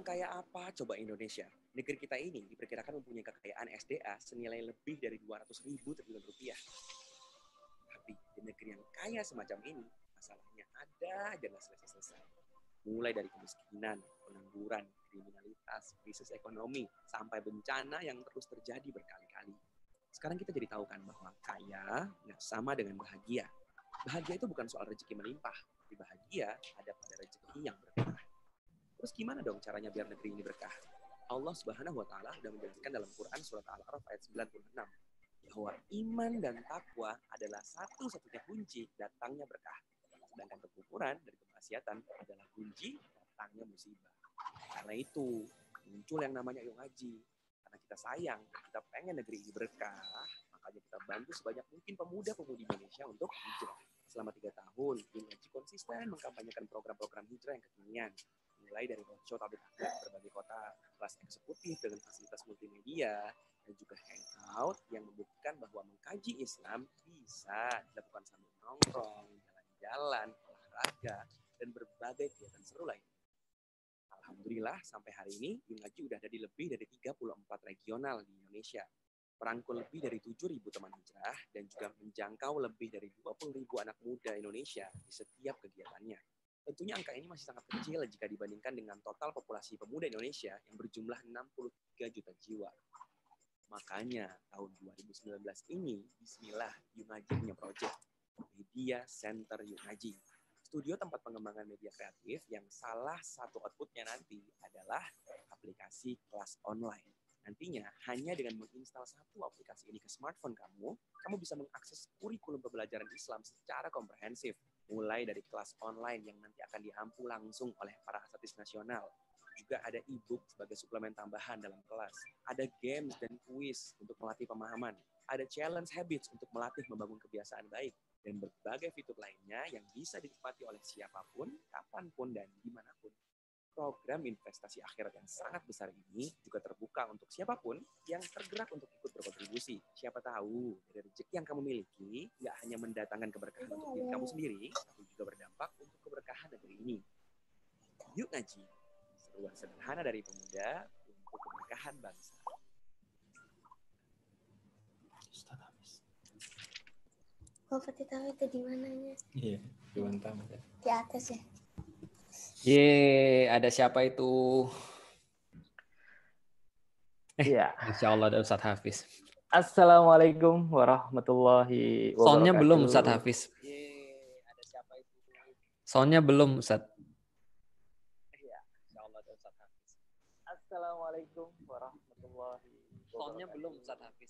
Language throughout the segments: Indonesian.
kaya apa coba Indonesia? Negeri kita ini diperkirakan mempunyai kekayaan SDA senilai lebih dari 200.000 triliun rupiah. Tapi di negeri yang kaya semacam ini, masalahnya ada aja nggak selesai-selesai. Mulai dari kemiskinan, pengangguran, kriminalitas, krisis ekonomi, sampai bencana yang terus terjadi berkali-kali. Sekarang kita jadi tahu kan bahwa kaya nggak sama dengan bahagia. Bahagia itu bukan soal rezeki melimpah, tapi bahagia ada pada rezeki yang berkah. Terus gimana dong caranya biar negeri ini berkah? Allah Subhanahu wa taala sudah menjelaskan dalam Quran surat Al-A'raf ayat 96 bahwa iman dan takwa adalah satu-satunya kunci datangnya berkah. Sedangkan kekufuran dan kemaksiatan adalah kunci datangnya musibah. Karena itu muncul yang namanya Yuk Ngaji. Karena kita sayang, kita pengen negeri ini berkah, makanya kita bantu sebanyak mungkin pemuda-pemudi Indonesia untuk hijrah. Selama 3 tahun, Yuk Ngaji konsisten mengkampanyekan program-program hijrah yang kekinian. Mulai dari roadshow tablik akbar berbagai kota, kelas eksekutif dengan fasilitas multimedia, dan juga hangout yang membuktikan bahwa mengkaji Islam bisa dilakukan sambil nongkrong, jalan-jalan, olahraga, dan berbagai kegiatan seru lain. Alhamdulillah sampai hari ini Yuk Ngaji udah ada di lebih dari 34 regional di Indonesia. Merangkul lebih dari 7.000 teman hijrah dan juga menjangkau lebih dari 20.000 anak muda Indonesia di setiap kegiatannya. Tentunya angka ini masih sangat kecil jika dibandingkan dengan total populasi pemuda Indonesia yang berjumlah 63 juta jiwa. Makanya tahun 2019 ini, bismillah, Yuk Ngaji punya proyek Media Center Yuk Ngaji. Studio tempat pengembangan media kreatif yang salah satu outputnya nanti adalah aplikasi kelas online. Nantinya, hanya dengan menginstal satu aplikasi ini ke smartphone kamu bisa mengakses kurikulum pembelajaran Islam secara komprehensif. Mulai dari kelas online yang nanti akan diampu langsung oleh para asatidz nasional. Juga ada e-book sebagai suplemen tambahan dalam kelas. Ada games dan kuis untuk melatih pemahaman. Ada challenge habits untuk melatih membangun kebiasaan baik. Dan berbagai fitur lainnya yang bisa dinikmati oleh siapapun, kapanpun, dan dimanapun. Program investasi akhirat yang sangat besar ini juga terbuka untuk siapapun yang tergerak untuk ikut berkontribusi. Siapa tahu dari rezeki yang kamu miliki nggak hanya mendatangkan keberkahan untuk diri kamu sendiri, tapi juga berdampak untuk keberkahan negeri ini. Yuk Ngaji, seruan sederhana dari pemuda untuk keberkahan bangsa. Bapak tahu itu di mananya? Iya, di Wantam. Di atas ya. Ada siapa itu? Iya. Insya Allah ada Ustadz Hafiz. Assalamualaikum warahmatullahi wabarakatuh. Soundnya belum Ustadz Hafiz. Ada siapa itu? Soundnya belum Ustadz. Iya, insya Allah ada Ustadz Hafiz. Assalamualaikum warahmatullahi wabarakatuh. Soundnya belum Ustadz Hafiz.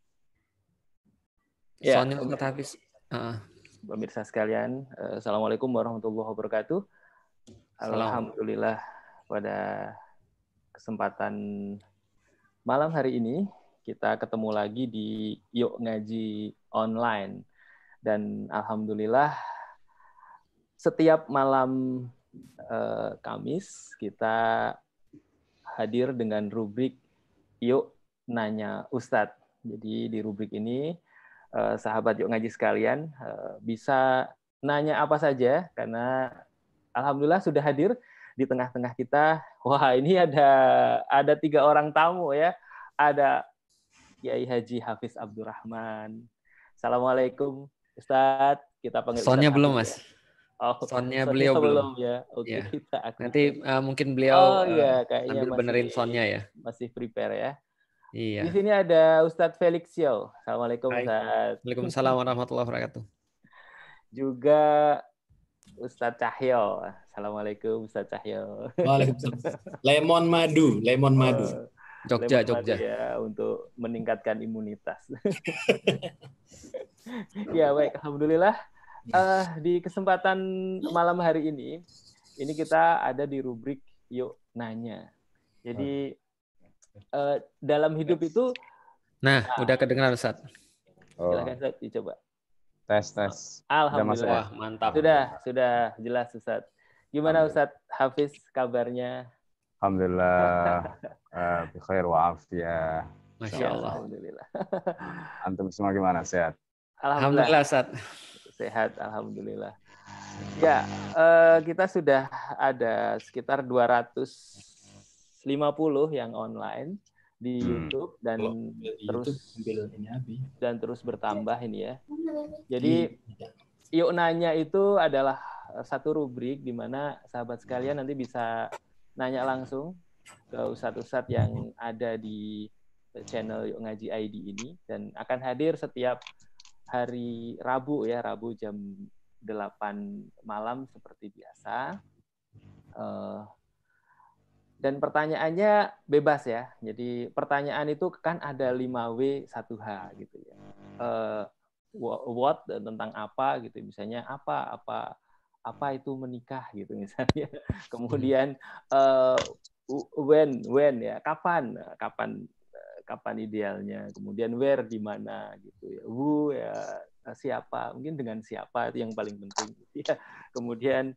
Ya, Soundnya Ustadz Hafiz. Pemirsa sekalian, Assalamualaikum warahmatullahi wabarakatuh. Alhamdulillah pada kesempatan malam hari ini kita ketemu lagi di Yuk Ngaji Online. Dan alhamdulillah setiap malam Kamis kita hadir dengan rubrik Yuk Nanya Ustadz. Jadi di rubrik ini sahabat Yuk Ngaji sekalian bisa nanya apa saja karena alhamdulillah sudah hadir di tengah-tengah kita. Wah, ini ada 3 orang tamu ya. Ada Kiai Haji Hafiz Abdurrahman. Assalamualaikum Ustadz. Kita panggil Soundnya Ustadz belum Hafiz, Mas. ya. Oh, Soundnya beliau belum ya. Oke, ya. kita Nanti mungkin beliau kayaknya sambil benerin soundnya ya. Masih prepare ya. Iya. Di sini ada Ustadz Felixio. Assalamualaikum Ustadz. Waalaikumsalam warahmatullahi wabarakatuh. Juga Ustadz Cahyo. Assalamualaikum Ustadz Cahyo. Waalaikumsalam. Lemon madu. Jogja. Ya, untuk meningkatkan imunitas. Ya, baik. Alhamdulillah. Di kesempatan malam hari ini kita ada di rubrik Yuk Nanya. Jadi, dalam hidup itu... udah kedengeran, Ustaz. Silakan, Ustaz, dicoba. Tes. Alhamdulillah. Wah, mantap. Sudah jelas, Ustaz. Gimana, Ustaz Hafiz, kabarnya? Alhamdulillah. Bikhair wa afiyah. Masya Allah. Alhamdulillah. Antum semua gimana? Sehat? Alhamdulillah, Ustaz. Sehat, alhamdulillah. Ya, kita sudah ada sekitar 200 yang online di YouTube dan Kalau di terus YouTube ambil ini Abi. dan terus bertambah ini ya. Jadi Yuk Nanya itu adalah satu rubrik di mana sahabat sekalian nanti bisa nanya langsung ke ustadz-ustadz yang ada di channel Yuk Ngaji ID ini dan akan hadir setiap hari Rabu ya, Rabu jam 8 malam seperti biasa. Dan pertanyaannya bebas ya. Jadi pertanyaan itu kan ada 5W 1H gitu ya. What tentang apa gitu, misalnya apa itu menikah gitu misalnya. Kemudian when ya, kapan idealnya. Kemudian where di mana gitu ya. Who ya, siapa, mungkin dengan siapa itu yang paling penting gitu ya. Kemudian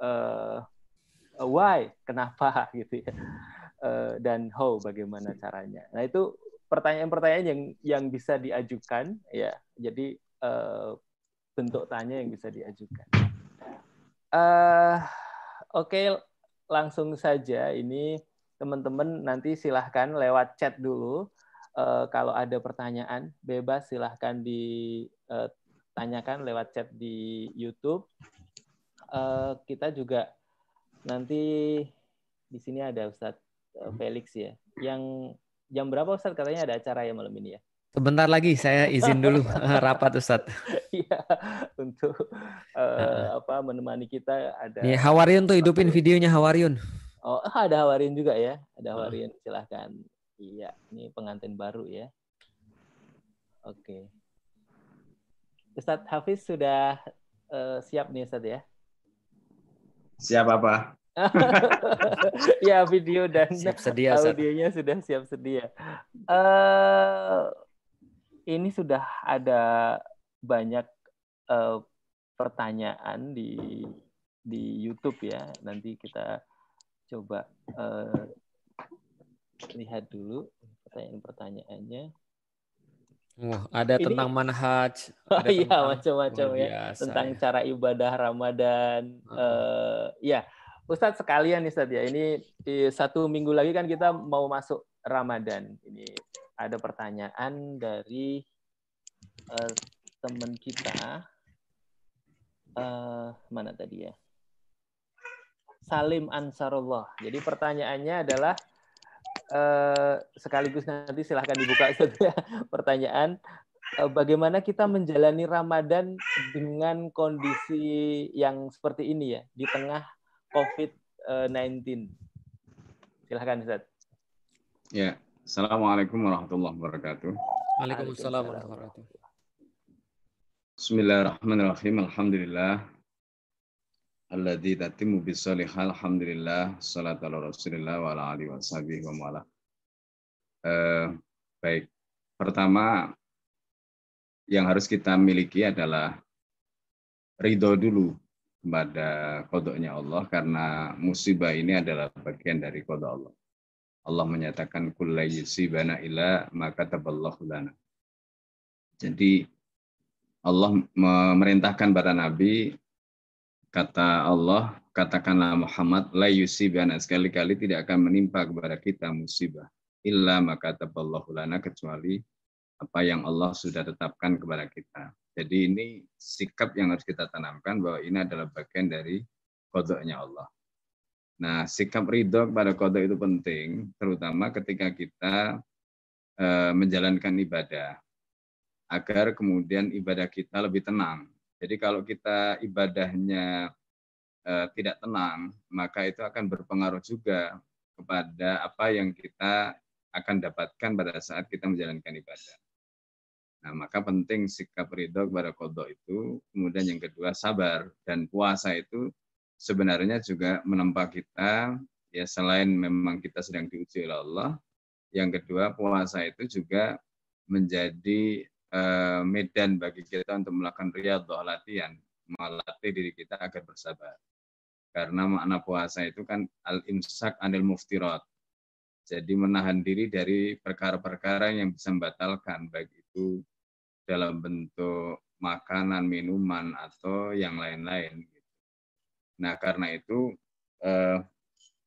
why, kenapa gitu ya, dan how, bagaimana caranya. Nah itu pertanyaan-pertanyaan yang bisa diajukan ya. Jadi bentuk tanya yang bisa diajukan. Oke, langsung saja ini teman-teman nanti silahkan lewat chat dulu. Kalau ada pertanyaan bebas silahkan ditanyakan lewat chat di YouTube. Kita juga nanti di sini ada Ustadz Felix ya. Yang jam berapa Ustadz katanya ada acara ya malam ini ya? Sebentar lagi saya izin dulu rapat Ustadz. Iya, untuk menemani kita ada. Nih Hawariun tuh hidupin videonya Hawariun. Oh, ada Hawariun juga ya. Ada Hawariun, silahkan. Iya, ini pengantin baru ya. Oke. Ustadz Hafiz sudah siap nih Ustadz ya? Siap apa? Ya, video dan siap sedia, audionya sudah siap sedia. Ini sudah ada banyak pertanyaan di YouTube ya. Nanti kita coba lihat dulu pertanyaan-pertanyaannya. Ada tentang manhaj. Iya, macam-macam ya. Tentang cara ibadah Ramadan. Ya, Ustadz sekalian nih Ustadz ya. Ini 1 minggu lagi kan kita mau masuk Ramadan. Ini ada pertanyaan dari teman kita. Mana tadi ya? Salim Ansarullah. Jadi pertanyaannya adalah sekaligus nanti silahkan dibuka saja pertanyaan. Bagaimana kita menjalani Ramadan dengan kondisi yang seperti ini ya, di tengah COVID-19? Silahkan Ustaz. Ya, Assalamualaikum warahmatullahi wabarakatuh. Waalaikumsalam warahmatullahi wabarakatuh. Bismillahirrahmanirrahim. Alhamdulillah. Alladzi tatimmu bisolihah. Alhamdulillah. Salatu ala Rasulillah wa ala alihi wa sahbihi wa mawala. Baik. Pertama yang harus kita miliki adalah ridho dulu kepada qadanya Allah, karena musibah ini adalah bagian dari qada Allah. Allah menyatakan kullu yusibana illa ma kataballahu lana. Jadi Allah memerintahkan pada Nabi, kata Allah, katakanlah Muhammad, la yusibana, sekali-kali tidak akan menimpa kepada kita musibah illa ma kataballahu lana, kecuali apa yang Allah sudah tetapkan kepada kita. Jadi ini sikap yang harus kita tanamkan, bahwa ini adalah bagian dari qadanya Allah. Nah, sikap ridho kepada qada itu penting, terutama ketika kita menjalankan ibadah, agar kemudian ibadah kita lebih tenang. Jadi kalau kita ibadahnya tidak tenang, maka itu akan berpengaruh juga kepada apa yang kita akan dapatkan pada saat kita menjalankan ibadah. Nah, maka penting sikap ridho kepada qada itu. Kemudian yang kedua, sabar. Dan puasa itu sebenarnya juga menempa kita, ya selain memang kita sedang diuji oleh Allah, yang kedua puasa itu juga menjadi medan bagi kita untuk melakukan riyadhah, latihan, melatih diri kita agar bersabar. Karena makna puasa itu kan al-imsak anil muftirat. Jadi menahan diri dari perkara-perkara yang bisa membatalkan, baik itu dalam bentuk makanan, minuman, atau yang lain-lain. Nah, karena itu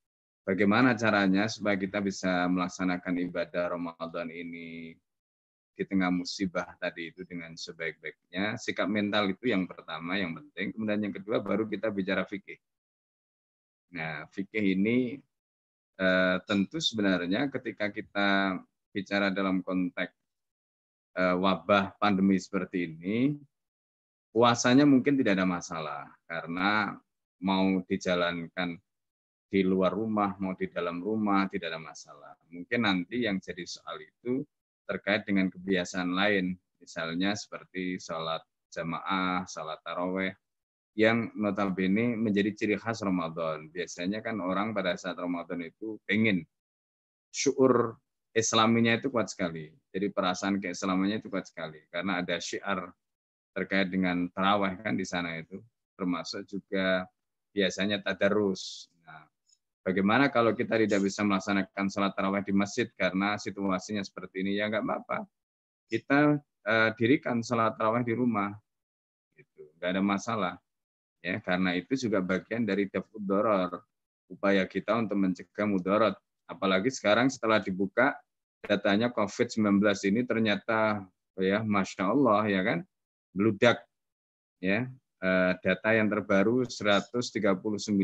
bagaimana caranya supaya kita bisa melaksanakan ibadah Ramadan ini di tengah musibah tadi itu dengan sebaik-baiknya. Sikap mental itu yang pertama, yang penting. Kemudian yang kedua baru kita bicara fikih. Nah, fikih ini tentu sebenarnya ketika kita bicara dalam konteks wabah pandemi seperti ini, puasanya mungkin tidak ada masalah karena mau dijalankan di luar rumah, mau di dalam rumah, tidak ada masalah. Mungkin nanti yang jadi soal itu terkait dengan kebiasaan lain, misalnya seperti sholat jamaah, sholat taraweh, yang notabene menjadi ciri khas Ramadan. Biasanya kan orang pada saat Ramadan itu pengen syukur Islaminya itu kuat sekali. Jadi perasaan keislamannya itu kuat sekali karena ada syiar terkait dengan tarawih kan di sana itu, termasuk juga biasanya tadarus. Nah, bagaimana kalau kita tidak bisa melaksanakan sholat tarawih di masjid karena situasinya seperti ini? Ya nggak apa-apa. Kita dirikan sholat tarawih di rumah, gitu. Nggak ada masalah. Ya, karena itu juga bagian dari daf'ud doror, upaya kita untuk mencegah mudarat. Apalagi sekarang setelah dibuka datanya COVID-19 ini ternyata ya Masya Allah ya kan, meludak ya, data yang terbaru 139.000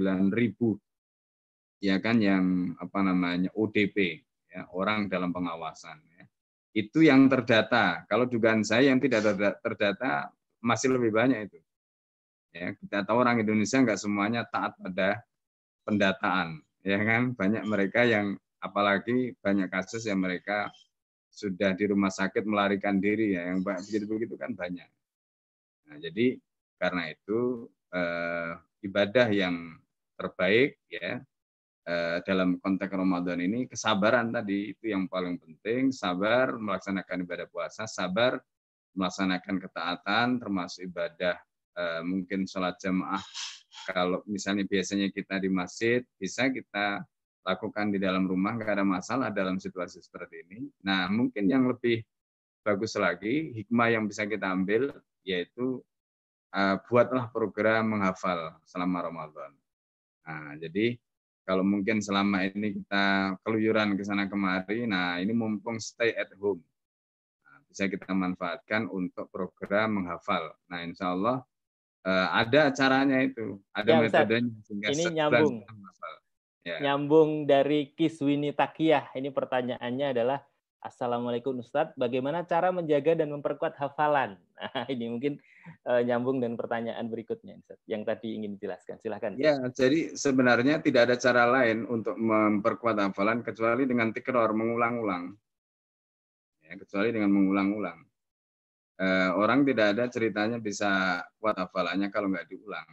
ya kan yang apa namanya ODP ya, orang dalam pengawasan ya. Itu yang terdata. Kalau dugaan saya yang tidak terdata masih lebih banyak itu. Ya, kita tahu orang Indonesia nggak semuanya taat pada pendataan, ya kan? Banyak mereka yang, apalagi banyak kasus yang mereka sudah di rumah sakit melarikan diri, ya, yang begitu-begitu kan banyak. Nah, jadi karena itu ibadah yang terbaik, ya, dalam konteks Ramadan ini kesabaran tadi itu yang paling penting, sabar melaksanakan ibadah puasa, sabar melaksanakan ketaatan, termasuk ibadah mungkin sholat jamaah. Kalau misalnya biasanya kita di masjid, bisa kita lakukan di dalam rumah, nggak ada masalah dalam situasi seperti ini. Nah, mungkin yang lebih bagus lagi, hikmah yang bisa kita ambil, yaitu buatlah program menghafal selama Ramadan. Nah, jadi kalau mungkin selama ini kita keluyuran ke sana kemari, nah ini mumpung stay at home, nah, bisa kita manfaatkan untuk program menghafal. Nah, insya Allah ada caranya itu, ada ya, metodenya. Ini nyambung. Ya. Nyambung dari Kiswini Takiyah. Ini pertanyaannya adalah, Assalamualaikum Ustadz, bagaimana cara menjaga dan memperkuat hafalan? Nah, ini mungkin nyambung dengan pertanyaan berikutnya, Ustadz, yang tadi ingin dijelaskan. Silahkan. Ya, jadi sebenarnya tidak ada cara lain untuk memperkuat hafalan kecuali dengan tikror, mengulang-ulang. Ya, kecuali dengan mengulang-ulang. Orang tidak ada ceritanya bisa kuat hafalannya kalau nggak diulang.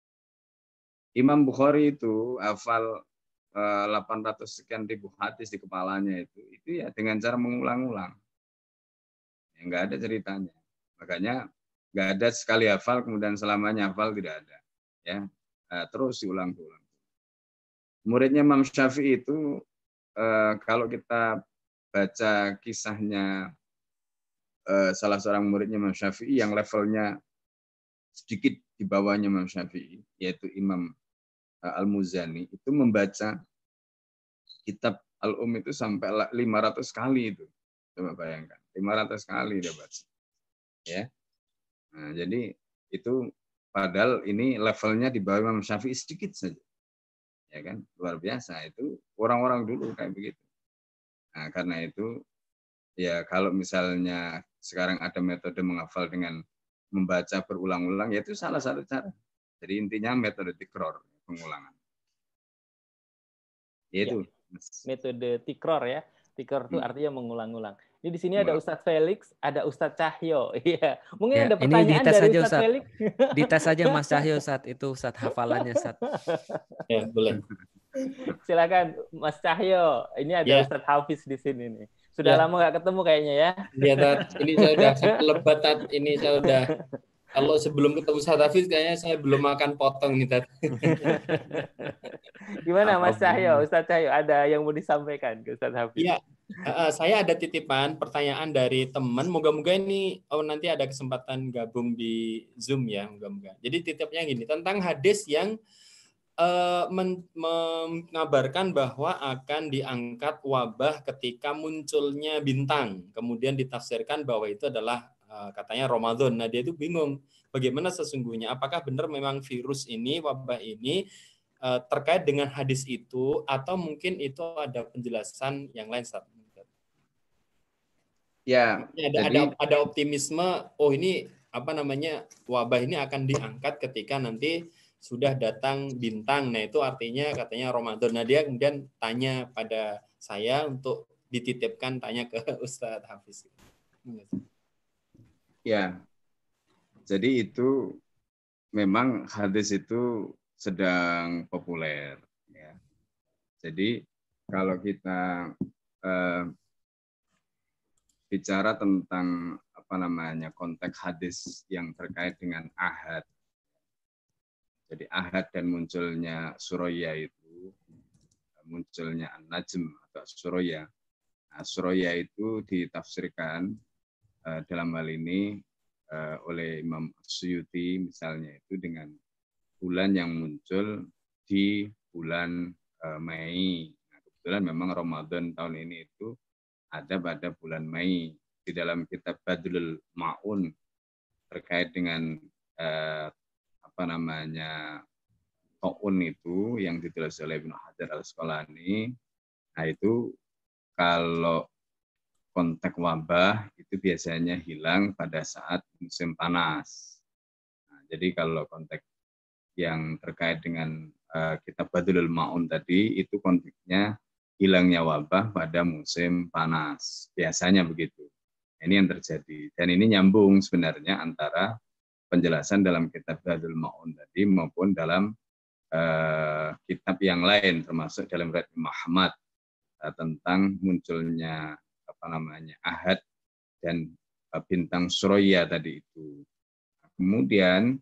Imam Bukhari itu hafal 800 sekian ribu hadis di kepalanya itu ya dengan cara mengulang-ulang. Ya, nggak ada ceritanya. Makanya nggak ada sekali hafal kemudian selamanya hafal, tidak ada. Ya, terus diulang-ulang. Muridnya Imam Syafi'i itu kalau kita baca kisahnya salah seorang muridnya Imam Syafi'i yang levelnya sedikit di bawahnya Imam Syafi'i, yaitu Imam Al-Muzani, itu membaca kitab Al-Um itu sampai 500 kali itu. Coba bayangkan, 500 kali dia baca. Ya. Nah, jadi itu padahal ini levelnya di bawah Imam Syafi'i sedikit saja. Ya kan? Luar biasa itu orang-orang dulu kayak begitu. Nah, karena itu ya kalau misalnya sekarang ada metode menghafal dengan membaca berulang-ulang, yaitu salah satu cara. Jadi intinya metode tikror, pengulangan. Yaitu ya, metode tikror ya. Tikror itu artinya mengulang-ulang. Ini di sini ada Ustadz Felix, ada Ustadz Cahyo. Iya, mungkin ya, ada pertanyaan dari Ustadz Felix. Dites saja Mas Cahyo saat itu Ustadz hafalannya saat. Ya, boleh. Silakan Mas Cahyo. Ini ada Ustadz Hafiz di sini nih. Sudah lama nggak ketemu kayaknya ya. Iya, ini saya udah lebat, ini saya udah. Kalau sebelum ketemu Ustadz Hafiz kayaknya saya belum makan potong nih, Tat. Gimana Mas Cahyo, Ustadz Cahyo, ada yang mau disampaikan ke Ustadz Hafiz? Iya, saya ada titipan pertanyaan dari teman. Moga-moga ini nanti ada kesempatan gabung di Zoom ya, moga-moga. Jadi titipnya gini, tentang hadis yang mengabarkan bahwa akan diangkat wabah ketika munculnya bintang. Kemudian ditafsirkan bahwa itu adalah katanya Ramadan. Nah, dia itu bingung bagaimana sesungguhnya. Apakah benar memang virus ini, wabah ini terkait dengan hadis itu, atau mungkin itu ada penjelasan yang lain, Ustaz? Ya, ada optimisme, oh ini wabah ini akan diangkat ketika nanti sudah datang bintang. Nah, itu artinya katanya Ramadan. Nah, dia kemudian tanya pada saya untuk dititipkan tanya ke Ustadz Hafiz. Ya, jadi itu memang hadis itu sedang populer. Ya. Jadi kalau kita bicara tentang konteks hadis yang terkait dengan ahad. Jadi ahad dan munculnya Suraya itu, munculnya An-Najm atau Suraya. Nah, Suraya itu ditafsirkan dalam hal ini oleh Imam Suyuti misalnya itu dengan bulan yang muncul di bulan Mei. Nah, kebetulan memang Ramadan tahun ini itu ada pada bulan Mei. Di dalam kitab Badlul Ma'un terkait dengan Ta'un itu yang ditulis oleh Ibnu Hajar Al-Asqalani. Nah, itu kalau konteks wabah itu biasanya hilang pada saat musim panas. Nah, jadi kalau konteks yang terkait dengan kitab Badlul Ma'un tadi itu konteksnya hilangnya wabah pada musim panas. Biasanya begitu. Ini yang terjadi. Dan ini nyambung sebenarnya antara penjelasan dalam kitab Badlul Ma'un tadi maupun dalam kitab yang lain termasuk dalam riwayat Muhammad tentang munculnya ahad dan bintang Suraya tadi itu. Kemudian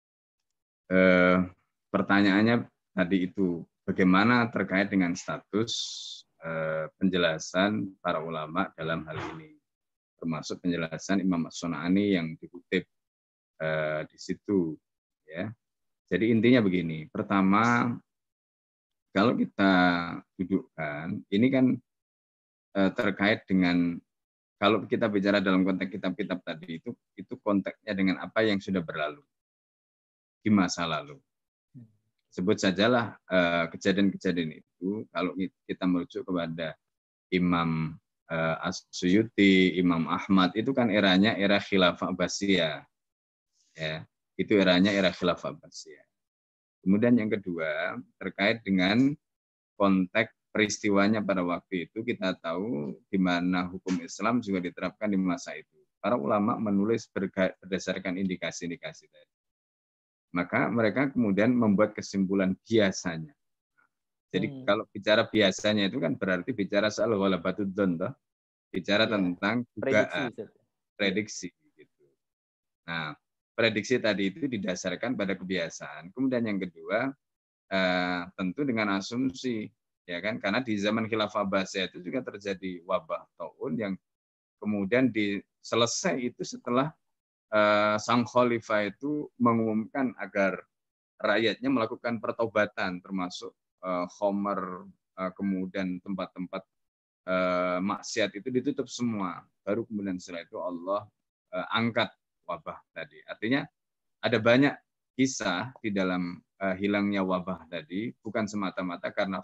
pertanyaannya tadi itu bagaimana terkait dengan status penjelasan para ulama dalam hal ini, termasuk penjelasan Imam As-Sun'ani yang dikutip di situ, ya. Jadi intinya begini, pertama kalau kita dudukkan, ini kan terkait dengan kalau kita bicara dalam konteks kitab-kitab tadi itu konteksnya dengan apa yang sudah berlalu di masa lalu. Sebut sajalah kejadian-kejadian itu kalau kita merujuk kepada Imam As-Suyuti, Imam Ahmad itu kan eranya era Khilafah Abbasiyah. Ya, itu eranya era Khilafah Abbasiyah. Kemudian yang kedua terkait dengan konteks peristiwanya pada waktu itu kita tahu di mana hukum Islam juga diterapkan di masa itu. Para ulama menulis berdasarkan indikasi-indikasi tadi. Maka mereka kemudian membuat kesimpulan biasanya. Jadi kalau bicara biasanya itu kan berarti bicara soal ghalabatud dzan, bicara tentang dugaan, prediksi gitu. Nah, prediksi tadi itu didasarkan pada kebiasaan. Kemudian yang kedua tentu dengan asumsi, ya kan? Karena di zaman Khilafah Abbasiyah itu juga terjadi wabah taun yang kemudian selesai itu setelah sang khalifah itu mengumumkan agar rakyatnya melakukan pertobatan, termasuk khomer, kemudian tempat-tempat maksiat itu ditutup semua. Baru kemudian setelah itu Allah angkat wabah tadi. Artinya ada banyak kisah di dalam hilangnya wabah tadi, bukan semata-mata karena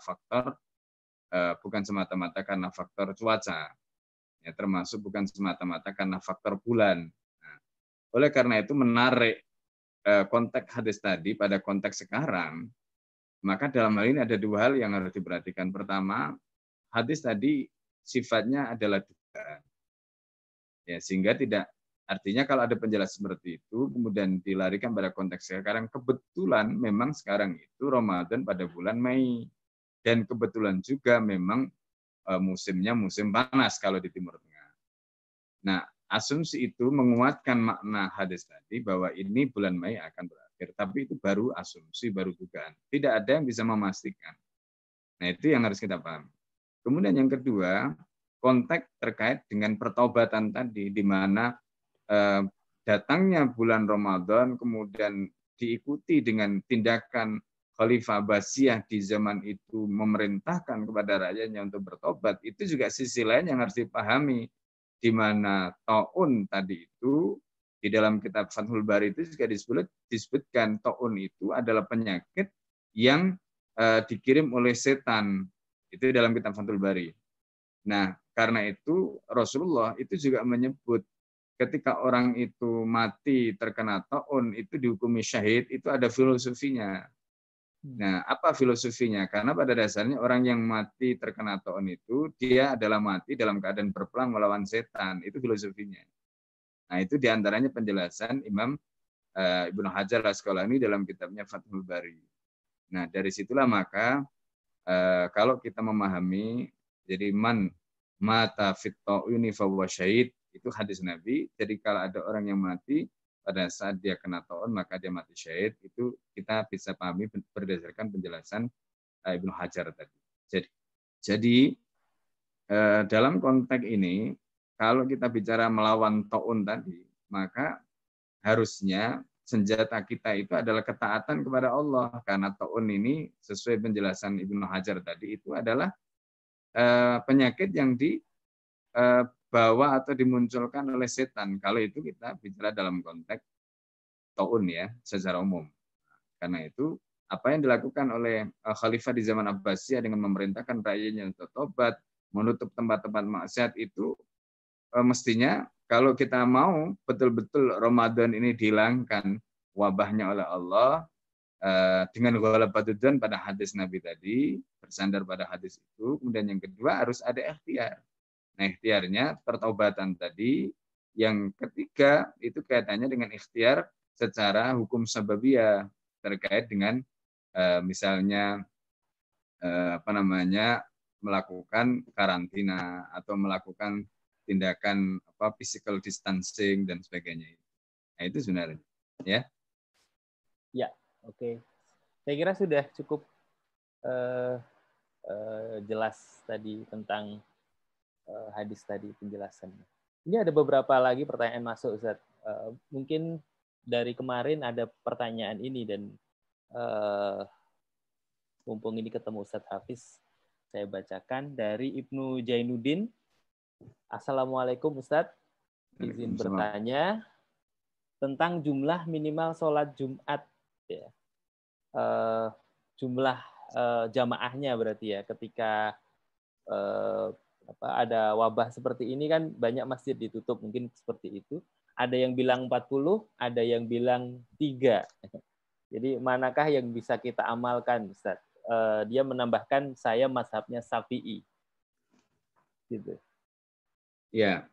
faktor cuaca, ya, termasuk bukan semata-mata karena faktor bulan. Oleh karena itu menarik konteks hadis tadi pada konteks sekarang, maka dalam hal ini ada dua hal yang harus diperhatikan. Pertama, hadis tadi sifatnya adalah dugaan. Ya, sehingga tidak artinya kalau ada penjelasan seperti itu kemudian dilarikan pada konteks sekarang, kebetulan memang sekarang itu Ramadan pada bulan Mei dan kebetulan juga memang musimnya musim panas kalau di Timur Tengah. Nah, asumsi itu menguatkan makna hadis tadi bahwa ini bulan Mei akan berakhir. Tapi itu baru asumsi, baru dugaan. Tidak ada yang bisa memastikan. Nah, itu yang harus kita pahami. Kemudian yang kedua, konteks terkait dengan pertobatan tadi, di mana datangnya bulan Ramadan, kemudian diikuti dengan tindakan Khalifah Abbasiyah di zaman itu memerintahkan kepada rakyatnya untuk bertobat, itu juga sisi lain yang harus dipahami, di mana taun tadi itu di dalam kitab Fathul Bari itu juga disebutkan taun itu adalah penyakit yang dikirim oleh setan. Itu dalam kitab Fathul Bari. Nah, karena itu Rasulullah itu juga menyebut ketika orang itu mati terkena taun itu dihukumi syahid, itu ada filosofinya. Nah, apa filosofinya? Karena pada dasarnya orang yang mati terkena taun itu, dia adalah mati dalam keadaan berperang melawan setan. Itu filosofinya. Nah, itu diantaranya penjelasan Imam Ibnu Hajar Al-Asqalani dalam kitabnya Fathul Bari. Nah, dari situlah maka kalau kita memahami, jadi man mata fit ta'uni fahuwa syahid, itu hadis Nabi. Jadi kalau ada orang yang mati pada saat dia kena taun maka dia mati syahid, itu kita bisa pahami berdasarkan penjelasan Ibnu Hajar tadi. Jadi dalam konteks ini kalau kita bicara melawan taun tadi, maka harusnya senjata kita itu adalah ketaatan kepada Allah, karena taun ini sesuai penjelasan Ibnu Hajar tadi itu adalah penyakit yang dibawa atau dimunculkan oleh setan. Kalau itu kita bicara dalam konteks taun ya, secara umum. Karena itu apa yang dilakukan oleh Khalifah di zaman Abbasiyah dengan memerintahkan rakyatnya untuk tobat, menutup tempat-tempat maksiat itu mestinya kalau kita mau betul-betul Ramadan ini dihilangkan wabahnya oleh Allah dengan ghalabatuddan pada hadis Nabi tadi, bersandar pada hadis itu. Kemudian yang kedua harus ada ikhtiar. Nah, ikhtiarnya pertaubatan tadi. Yang ketiga itu kaitannya dengan ikhtiar secara hukum sababiyah terkait dengan misalnya melakukan karantina atau melakukan tindakan physical distancing dan sebagainya. Nah, itu sebenarnya ya. Ya, oke. Saya kira sudah cukup jelas tadi tentang hadis tadi penjelasannya. Ini ada beberapa lagi pertanyaan masuk, Ustaz. Mungkin dari kemarin ada pertanyaan ini dan mumpung ini ketemu Ustaz Hafiz, saya bacakan dari Ibnu Jainuddin. Assalamualaikum Ustaz. Izin bertanya tentang jumlah minimal sholat Jumat, ya. Jumlah jamaahnya berarti ya, ketika ada wabah seperti ini kan banyak masjid ditutup, mungkin seperti itu. Ada yang bilang 40, ada yang bilang 3. Jadi manakah yang bisa kita amalkan, Ustaz? Dia menambahkan saya mazhabnya Syafi'i. Gitu. Ya.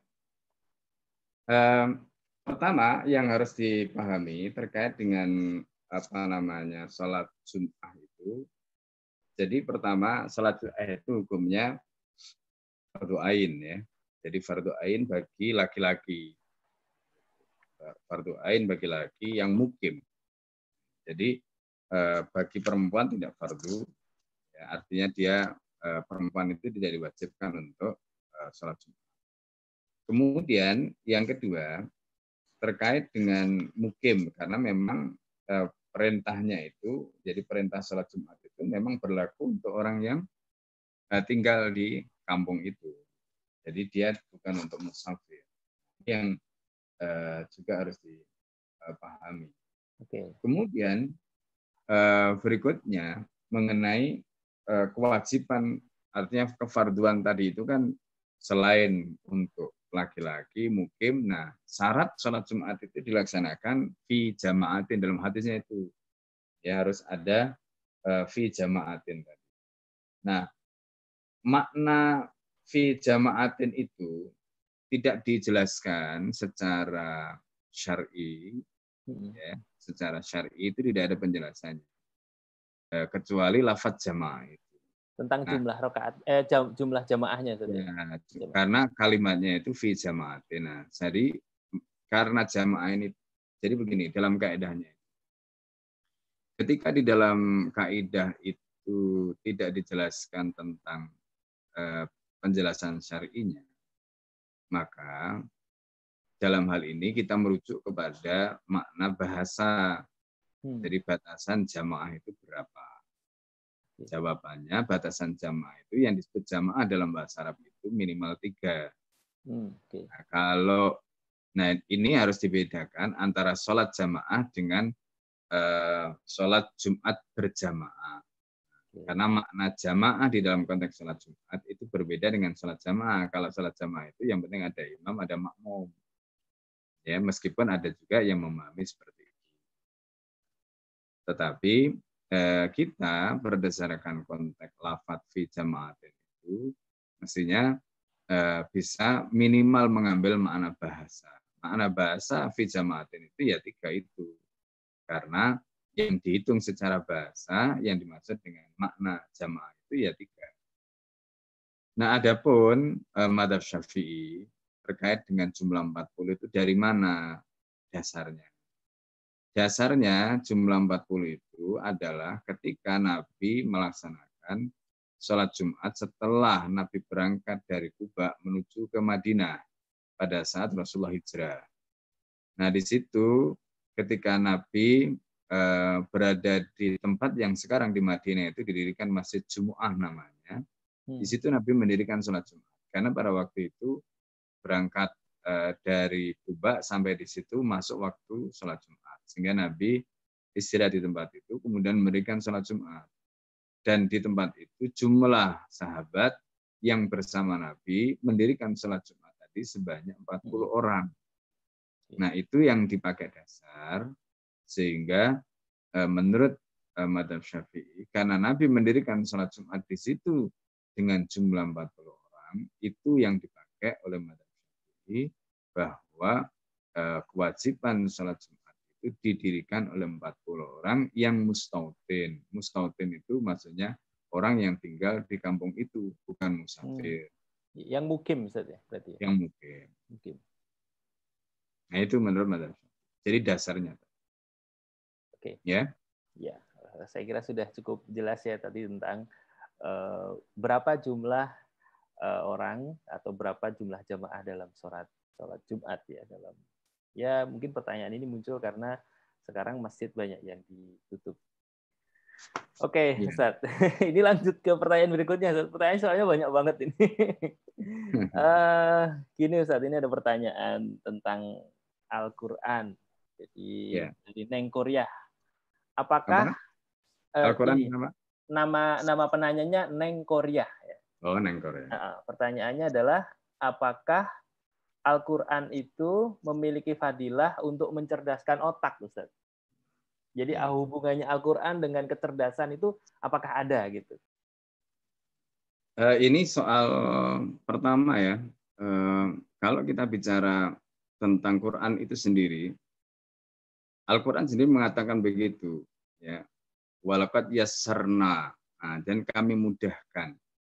Pertama yang harus dipahami terkait dengan sholat Jumat itu. Jadi pertama sholat itu hukumnya fardu ain ya. Jadi fardu ain bagi laki-laki. Fardu ain bagi laki yang mukim. Jadi bagi perempuan tidak fardu. Ya, artinya dia perempuan itu tidak diwajibkan untuk sholat Jumat. Kemudian yang kedua terkait dengan mukim, karena memang perintahnya itu, jadi perintah sholat Jumat itu memang berlaku untuk orang yang tinggal di kampung itu. Jadi dia bukan untuk musafir. Yang juga harus dipahami. Okay. Kemudian berikutnya mengenai kewajiban, artinya kefarduan tadi itu kan selain untuk laki-laki mukim, nah syarat sholat Jumat itu dilaksanakan fi jamaatin, dalam hadisnya itu ya harus ada fi jamaatin tadi. Nah, makna fi jamaatin itu tidak dijelaskan secara syar'i, ya, secara syar'i itu tidak ada penjelasannya, kecuali lafadz jamaah itu. Tentang jumlah rakaat, jumlah jamaahnya. Ya, karena kalimatnya itu fi jamaatin. Nah, jadi karena jamaah ini, jadi begini dalam kaidahnya. Ketika di dalam kaidah itu tidak dijelaskan tentang penjelasan syar'inya, maka dalam hal ini kita merujuk kepada makna bahasa. Jadi batasan jamaah itu berapa? Jawabannya batasan jamaah itu yang disebut jamaah dalam bahasa Arab itu minimal 3. Nah, ini harus dibedakan antara sholat jamaah dengan sholat Jumat berjamaah. Karena makna jamaah di dalam konteks sholat Jumat itu berbeda dengan sholat jamaah. Kalau sholat jamaah itu yang penting ada imam, ada makmum. Ya, meskipun ada juga yang memahami seperti itu. Tetapi kita berdasarkan konteks lafadz fi jamaatin itu mestinya bisa minimal mengambil makna bahasa. Makna bahasa fi jamaatin itu ya 3 itu. Karena yang dihitung secara bahasa yang dimaksud dengan makna jamaah itu ya 3. Nah, adapun madzhab Syafi'i terkait dengan jumlah 40 itu dari mana dasarnya? Dasarnya jumlah 40 itu adalah ketika Nabi melaksanakan sholat Jumat setelah Nabi berangkat dari Kuba menuju ke Madinah pada saat Rasulullah hijrah. Nah, di situ ketika Nabi berada di tempat yang sekarang di Madinah itu didirikan Masjid Jumu'ah namanya. Di situ Nabi mendirikan sholat Jumat. Karena pada waktu itu berangkat dari Kuba sampai di situ masuk waktu sholat Jumat. Sehingga Nabi istirahat di tempat itu, kemudian memberikan sholat Jumat. Dan di tempat itu jumlah sahabat yang bersama Nabi mendirikan sholat Jumat tadi sebanyak 40 orang. Nah, itu yang dipakai dasar, sehingga menurut madzhab Syafi'i, karena Nabi mendirikan sholat Jumat di situ dengan jumlah 40 orang, itu yang dipakai oleh madzhab Syafi'i bahwa kewajiban sholat Jumat itu didirikan oleh 40 orang yang mustautin. Mustautin itu maksudnya orang yang tinggal di kampung itu, bukan musafir. Yang mukim, Ustaz, ya, berarti. Yang mukim. Nah, itu menurut madzhab Syafi'i. Jadi dasarnya. Oke. Ya. Ya, saya kira sudah cukup jelas ya tadi tentang berapa jumlah orang atau berapa jumlah jamaah dalam sholat Jumat ya dalam. Ya, mungkin pertanyaan ini muncul karena sekarang masjid banyak yang ditutup. Oke, Ustaz. Ini lanjut ke pertanyaan berikutnya. Pertanyaan soalnya banyak banget ini. Gini Ustaz, ini ada pertanyaan tentang Al-Quran. Jadi dari Neng Korea. Apakah Al-Quran nama penanyanya Neng Korea? Ya. Oh, Neng Korea. Pertanyaannya adalah apakah Al-Quran itu memiliki fadilah untuk mencerdaskan otak, Ustaz? Jadi hubungannya Al-Quran dengan kecerdasan itu apakah ada gitu? Ini soal pertama ya. Kalau kita bicara tentang Quran itu sendiri, Al-Quran sendiri mengatakan begitu, ya. Walaqad yassarna, dan kami mudahkan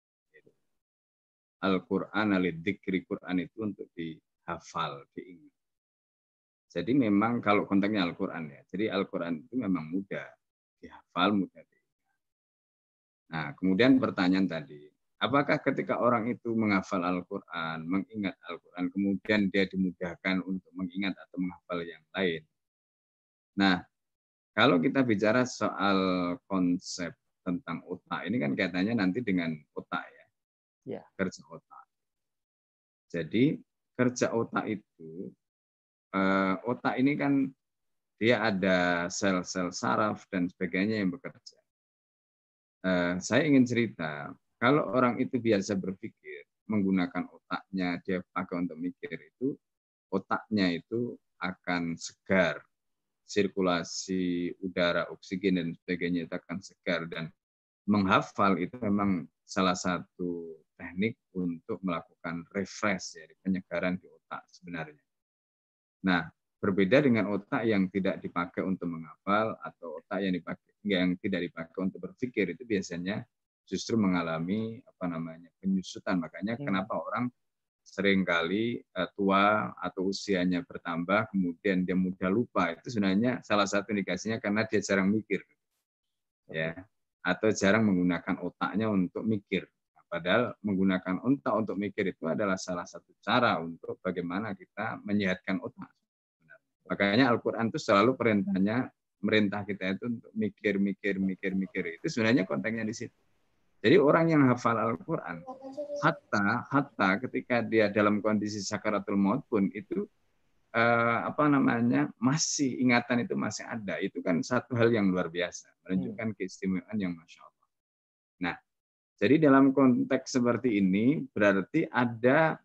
Al-Quran lidzikri, Quran itu untuk dihafal, diingat. Jadi memang kalau konteksnya Al-Quran ya, jadi Al-Quran itu memang mudah dihafal, mudah diingat. Nah, kemudian pertanyaan tadi, apakah ketika orang itu menghafal Al-Quran, mengingat Al-Quran, kemudian dia dimudahkan untuk mengingat atau menghafal yang lain? Nah, kalau kita bicara soal konsep tentang otak, ini kan kaitannya nanti dengan otak ya, kerja otak. Jadi kerja otak itu, otak ini kan dia ada sel-sel saraf dan sebagainya yang bekerja. Saya ingin cerita, kalau orang itu biasa berpikir menggunakan otaknya, dia pakai untuk mikir itu, otaknya itu akan segar. Sirkulasi udara, oksigen dan sebagainya itu akan segar, dan menghafal itu memang salah satu teknik untuk melakukan refresh ya, penyegaran di otak sebenarnya. Nah, berbeda dengan otak yang tidak dipakai untuk menghafal atau otak yang tidak dipakai untuk berpikir, itu biasanya justru mengalami penyusutan. Makanya kenapa orang seringkali tua atau usianya bertambah, kemudian dia mudah lupa, itu sebenarnya salah satu indikasinya karena dia jarang mikir, ya, atau jarang menggunakan otaknya untuk mikir. Padahal menggunakan otak untuk mikir itu adalah salah satu cara untuk bagaimana kita menyehatkan otak. Makanya Al-Quran itu selalu perintahnya merintah kita itu untuk mikir. Itu sebenarnya konteksnya di situ. Jadi orang yang hafal Al-Quran, hatta ketika dia dalam kondisi sakaratul maut pun itu masih ingatan itu masih ada. Itu kan satu hal yang luar biasa, menunjukkan keistimewaan yang Masya Allah. Nah, jadi dalam konteks seperti ini berarti ada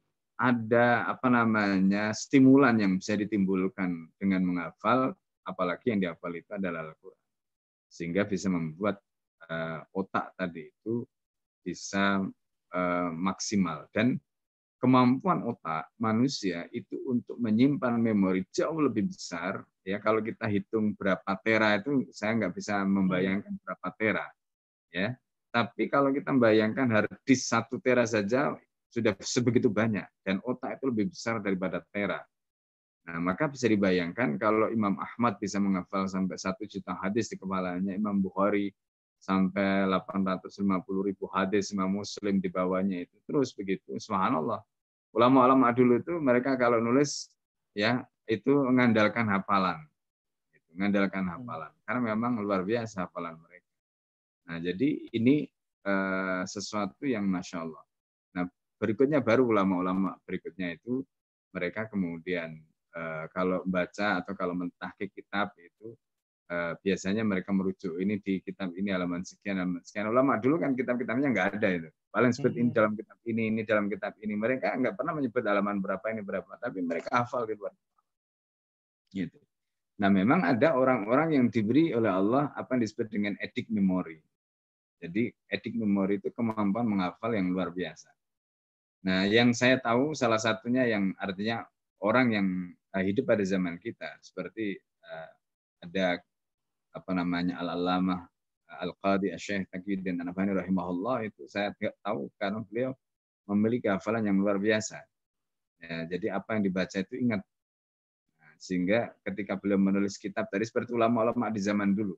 stimulan yang bisa ditimbulkan dengan menghafal, apalagi yang dihafal itu adalah Al-Quran, sehingga bisa membuat otak tadi itu bisa maksimal. Dan kemampuan otak manusia itu untuk menyimpan memori jauh lebih besar. Ya, kalau kita hitung berapa tera itu saya nggak bisa membayangkan berapa tera. Ya, tapi kalau kita membayangkan hard disk 1 tera saja sudah sebegitu banyak, dan otak itu lebih besar daripada tera. Nah, maka bisa dibayangkan kalau Imam Ahmad bisa menghafal sampai 1 juta hadis di kepalanya, Imam Bukhari sampai 850.000 hadis, Imam Muslim di bawahnya itu terus begitu. Subhanallah. Ulama-ulama dulu itu mereka kalau nulis ya itu mengandalkan hafalan. Karena memang luar biasa hafalan mereka. Nah, jadi ini sesuatu yang Masya Allah. Nah, berikutnya baru ulama-ulama berikutnya itu mereka kemudian kalau baca atau kalau mentahqiq kitab itu biasanya mereka merujuk ini di kitab ini halaman sekian. Ulama dulu kan kitab-kitabnya nggak ada itu. Paling sebut ini dalam kitab ini dalam kitab ini. Mereka nggak pernah menyebut halaman berapa ini berapa, tapi mereka hafal di luar. Gitu. Nah, memang ada orang-orang yang diberi oleh Allah apa yang disebut dengan edik memori. Jadi edik memori itu kemampuan menghafal yang luar biasa. Nah, yang saya tahu salah satunya yang artinya orang yang hidup pada zaman kita seperti ada Al-Allamah Al-Qadi Asy-Syaikh Taqiyuddin An-Nabhani rahimahullah, itu saya tidak tahu karena beliau memiliki hafalan yang luar biasa. Ya, jadi apa yang dibaca itu ingat. Nah, sehingga ketika beliau menulis kitab tadi seperti ulama-ulama di zaman dulu.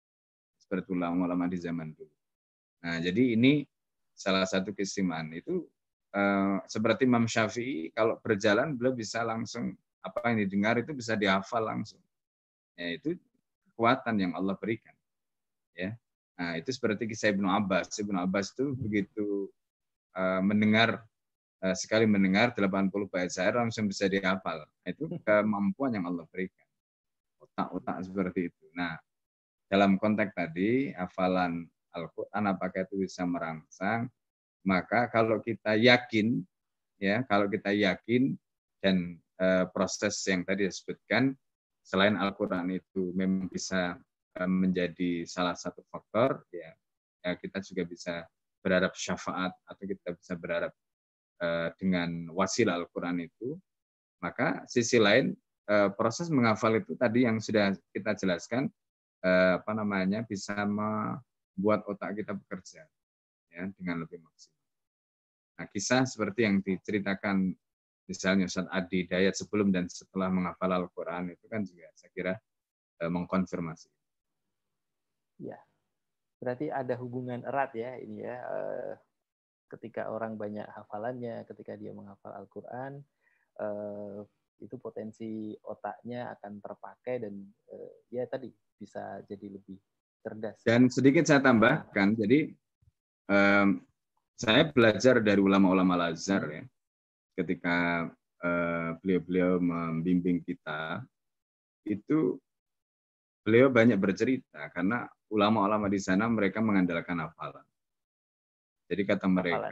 Nah, jadi ini salah satu keistimewaan itu seperti Imam Syafi'i kalau berjalan beliau bisa langsung apa yang didengar itu bisa dihafal langsung. Ya, itu kekuatan yang Allah berikan. Ya. Nah, itu seperti kisah Ibnu Abbas. Ibnu Abbas itu begitu sekali mendengar 80 bait syair langsung bisa dihafal. Itu kemampuan yang Allah berikan. Otak-otak seperti itu. Nah, dalam konteks tadi hafalan Al-Quran apakah itu bisa merangsang, maka kalau kita yakin dan proses yang tadi disebutkan selain Al-Quran itu memang bisa menjadi salah satu faktor, ya kita juga bisa berharap syafaat atau kita bisa berharap dengan wasilah Al-Quran itu. Maka sisi lain proses menghafal itu tadi yang sudah kita jelaskan bisa membuat otak kita bekerja ya dengan lebih maksimal. Nah, kisah seperti yang diceritakan misalnya Ustaz Adi Dayat sebelum dan setelah menghafal Al-Quran itu kan juga saya kira mengkonfirmasi. Ya, berarti ada hubungan erat ya ini ya. Ketika orang banyak hafalannya, ketika dia menghafal Al-Quran, itu potensi otaknya akan terpakai dan ya tadi bisa jadi lebih cerdas. Dan sedikit saya tambahkan, jadi saya belajar dari ulama-ulama Al-Azhar ya, ketika beliau-beliau membimbing kita, itu beliau banyak bercerita karena ulama-ulama di sana mereka mengandalkan hafalan. Jadi kata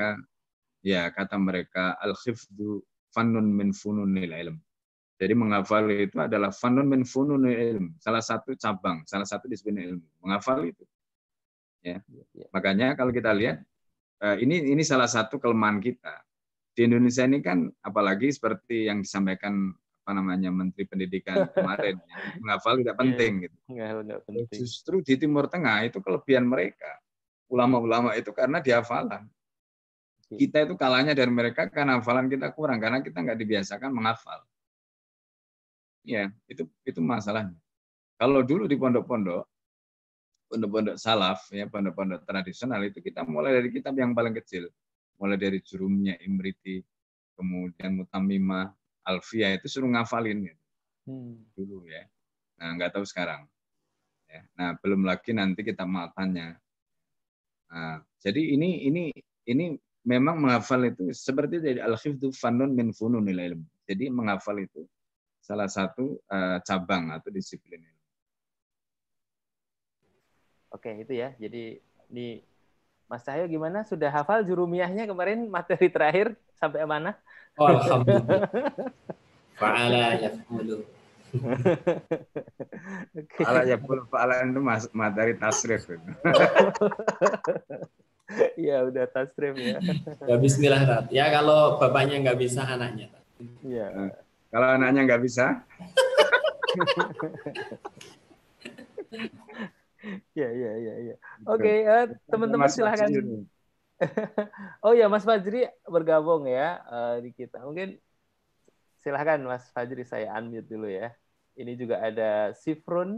mereka al-khifdu fannun min fununil ilm. Jadi menghafal itu adalah fannun min fununil ilm, salah satu cabang, salah satu disiplin ilmu. Menghafal itu. Ya. Makanya kalau kita lihat ini salah satu kelemahan kita. Di Indonesia ini kan apalagi seperti yang disampaikan Menteri Pendidikan kemarin, menghafal tidak penting gitu. Nggak penting. Justru di Timur Tengah itu kelebihan mereka. Ulama-ulama itu karena dihafalan. Kita itu kalahnya dari mereka karena hafalan kita kurang, karena kita nggak dibiasakan menghafal. Ya, itu masalahnya. Kalau dulu di pondok-pondok salaf, ya pondok-pondok tradisional itu kita mulai dari kitab yang paling kecil, mulai dari Jurumnya, Imriti, kemudian Mutammimah, Alfiyah itu suruh ngafalin gitu. Dulu ya. Nah, nggak tahu sekarang. Ya. Nah, belum lagi nanti kita matannya. Nah, jadi ini memang menghafal itu seperti dari al-hifdzu fannun min fununil ilm. Jadi menghafal itu salah satu cabang atau disiplin ilmu. Oke, itu ya. Jadi di Mas Cahyo gimana? Sudah hafal jurumiyahnya kemarin materi terakhir sampai mana? Oh, alhamdulillah. Fa'ala yaf'ulu. Oke. Fa'ala itu materi tasrif. Iya, udah tasrif ya. Ya bismillah, Tat. Ya kalau bapaknya nggak bisa, anaknya. Iya. Kalau anaknya nggak bisa, Iya. Oke, teman-teman Mas silahkan. Fajri. Oh ya, Mas Fajri bergabung ya di kita. Mungkin silahkan Mas Fajri, saya unmute dulu ya. Ini juga ada Sifrun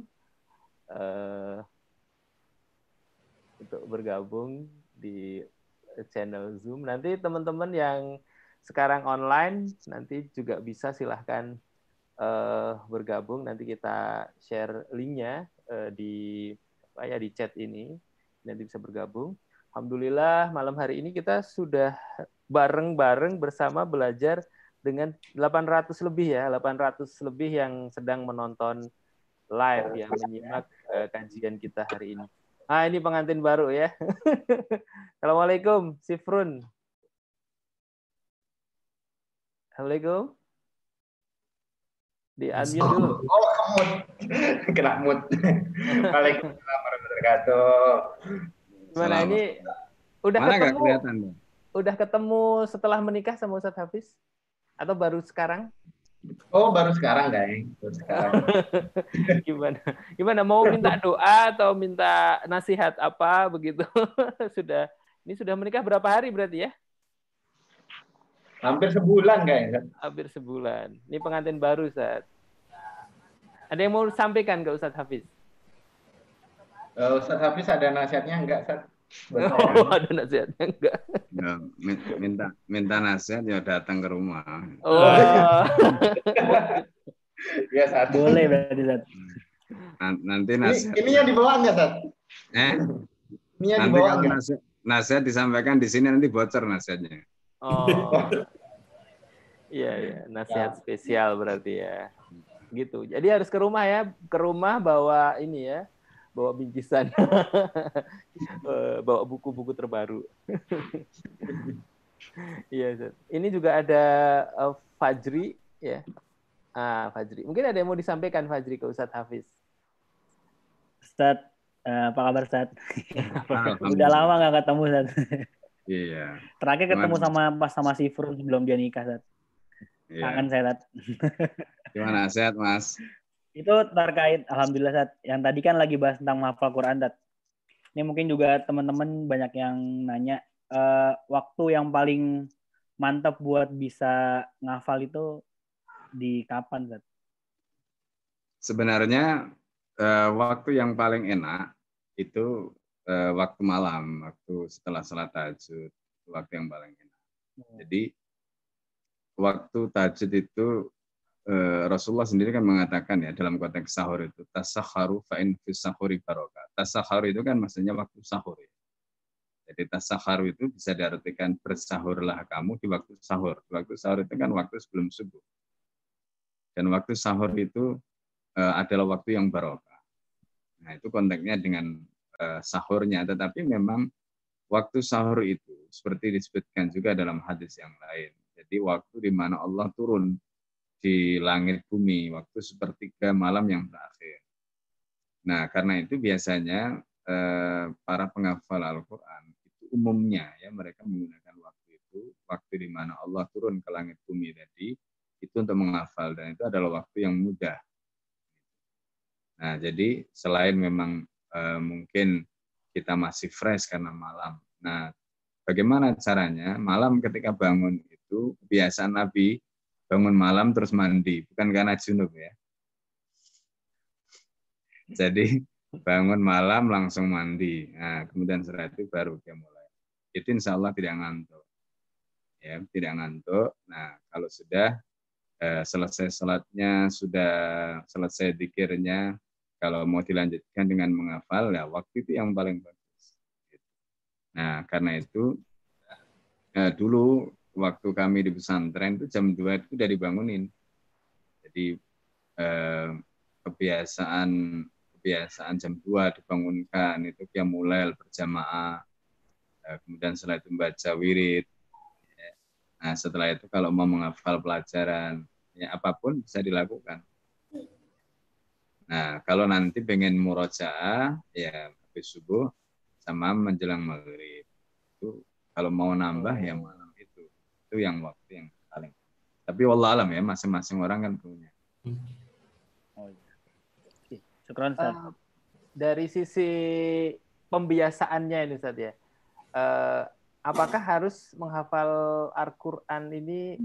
untuk bergabung di channel Zoom. Nanti teman-teman yang sekarang online nanti juga bisa silahkan bergabung. Nanti kita share linknya di chat ini. Nanti bisa bergabung. Alhamdulillah malam hari ini kita sudah bareng-bareng bersama belajar dengan 800 lebih ya, 800 lebih yang sedang menonton live ya, menyimak kajian kita hari ini. Ah, ini pengantin baru ya. Assalamualaikum, Sifrun. Assalamualaikum. Di unmute dulu. Oh, kena mood. Waalaikumsalam warahmatullahi wabarakatuh. Gimana ini? Udah Mana nggak ketemu? kelihatan, Bang? Udah ketemu setelah menikah sama Ustadz Hafiz? Atau baru sekarang? Oh, baru sekarang, guys. Baru sekarang. Gimana? Mau minta doa atau minta nasihat apa begitu? Ini sudah menikah berapa hari berarti ya? Hampir sebulan, guys. Hampir sebulan. Ini pengantin baru, Ustadz. Ada yang mau sampaikan ke Ustadz Hafiz? Ustadz Hafiz ada nasihatnya enggak, Ustadz? Oh, ada nasihatnya enggak? Ya, minta nasihat ya datang ke rumah. Oh. Ya, Ustadz. Boleh berarti, Ustadz. Nanti nasihat. Ini yang dibawa enggak, Ustadz? Ini yang Nanti dibawa kalau enggak? nasihat disampaikan di sini nanti bocor nasihatnya. Oh. Iya, nasihat spesial berarti ya. Gitu. Jadi harus ke rumah ya, bawa ini ya, bawa bingkisan, bawa buku-buku terbaru. Iya, ini juga ada Fajri ya. Fajri. Mungkin ada yang mau disampaikan Fajri ke Ustadz Hafiz. Ustadz, apa kabar Ustadz? Udah lama nggak ketemu Ustadz. Iya. Terakhir ketemu sama Sifrun sebelum dia nikah Ustadz. Iya. Kangen saya Ustadz. Gimana sehat Mas? Itu terkait alhamdulillah Ustadz. Yang tadi kan lagi bahas tentang menghafal Quran Ustadz. Ini mungkin juga teman-teman banyak yang nanya waktu yang paling mantap buat bisa ngafal itu di kapan Ustadz? Sebenarnya waktu yang paling enak itu waktu malam, waktu setelah salat tahajud, waktu yang paling enak. Jadi waktu tahajud itu Rasulullah sendiri kan mengatakan ya dalam konteks sahur itu tasakharu fa in fis sahuri barokah. Tasakharu itu kan maksudnya waktu sahur ya. Jadi tasakharu itu bisa diartikan bersahurlah kamu di waktu sahur. Waktu sahur itu kan waktu sebelum subuh. Dan waktu sahur itu adalah waktu yang barokah. Nah, itu konteksnya dengan sahurnya, tetapi memang waktu sahur itu seperti disebutkan juga dalam hadis yang lain. Jadi waktu di mana Allah turun di langit bumi, waktu sepertiga malam yang terakhir. Nah, karena itu biasanya para penghafal Al-Quran itu umumnya ya mereka menggunakan waktu itu, waktu di mana Allah turun ke langit bumi tadi itu untuk menghafal, dan itu adalah waktu yang mudah. Nah, jadi selain memang mungkin kita masih fresh karena malam. Nah, bagaimana caranya? Malam ketika bangun itu kebiasaan Nabi bangun malam terus mandi, bukan karena junub ya. Jadi bangun malam langsung mandi. Nah, kemudian setelah itu baru dia mulai. Itu insya Allah tidak ngantuk. Ya, tidak ngantuk. Nah, kalau sudah selesai salatnya, sudah selesai dzikirnya, Kalau mau dilanjutkan dengan menghafal, ya waktu itu yang paling bagus. Nah, karena itu dulu waktu kami di pesantren itu jam 2 itu udah dibangunin. Jadi kebiasaan jam 2 dibangunkan itu qiyamul lail berjamaah. Kemudian setelah itu membaca wirid. Nah, setelah itu kalau mau menghafal pelajaran, ya apapun bisa dilakukan. Nah, kalau nanti pengen murojaah, ya habis subuh sama menjelang maghrib. Itu kalau mau nambah ya malam itu. Itu yang waktu yang paling. Tapi wallah alam ya, masing-masing orang kan punya. Oh, iya. Oke, syukran Ustaz. Dari sisi pembiasaannya ini Ustaz ya. Apakah harus menghafal Al-Qur'an ini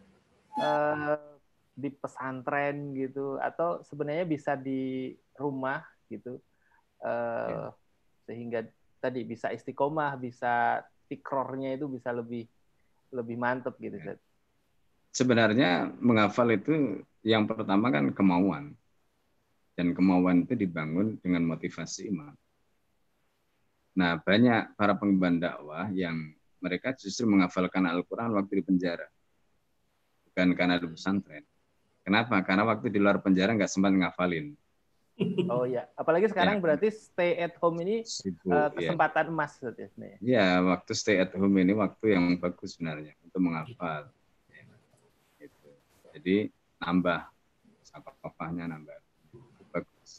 di pesantren gitu atau sebenarnya bisa di rumah gitu sehingga tadi bisa istiqomah, bisa tikrornya itu bisa lebih mantep gitu Ustaz. Sebenarnya menghafal itu yang pertama kan kemauan. Dan kemauan itu dibangun dengan motivasi iman. Nah, banyak para pengemban dakwah yang mereka justru menghafalkan Al-Quran waktu di penjara. Bukan karena di pesantren. Kenapa? Karena waktu di luar penjara nggak sempat ngafalin. Oh ya, apalagi sekarang berarti stay at home ini kesempatan emas sebenarnya. Ya, waktu stay at home ini waktu yang bagus sebenarnya untuk menghafal. Gitu. Jadi nambah, sakofahnya nambah. Bagus.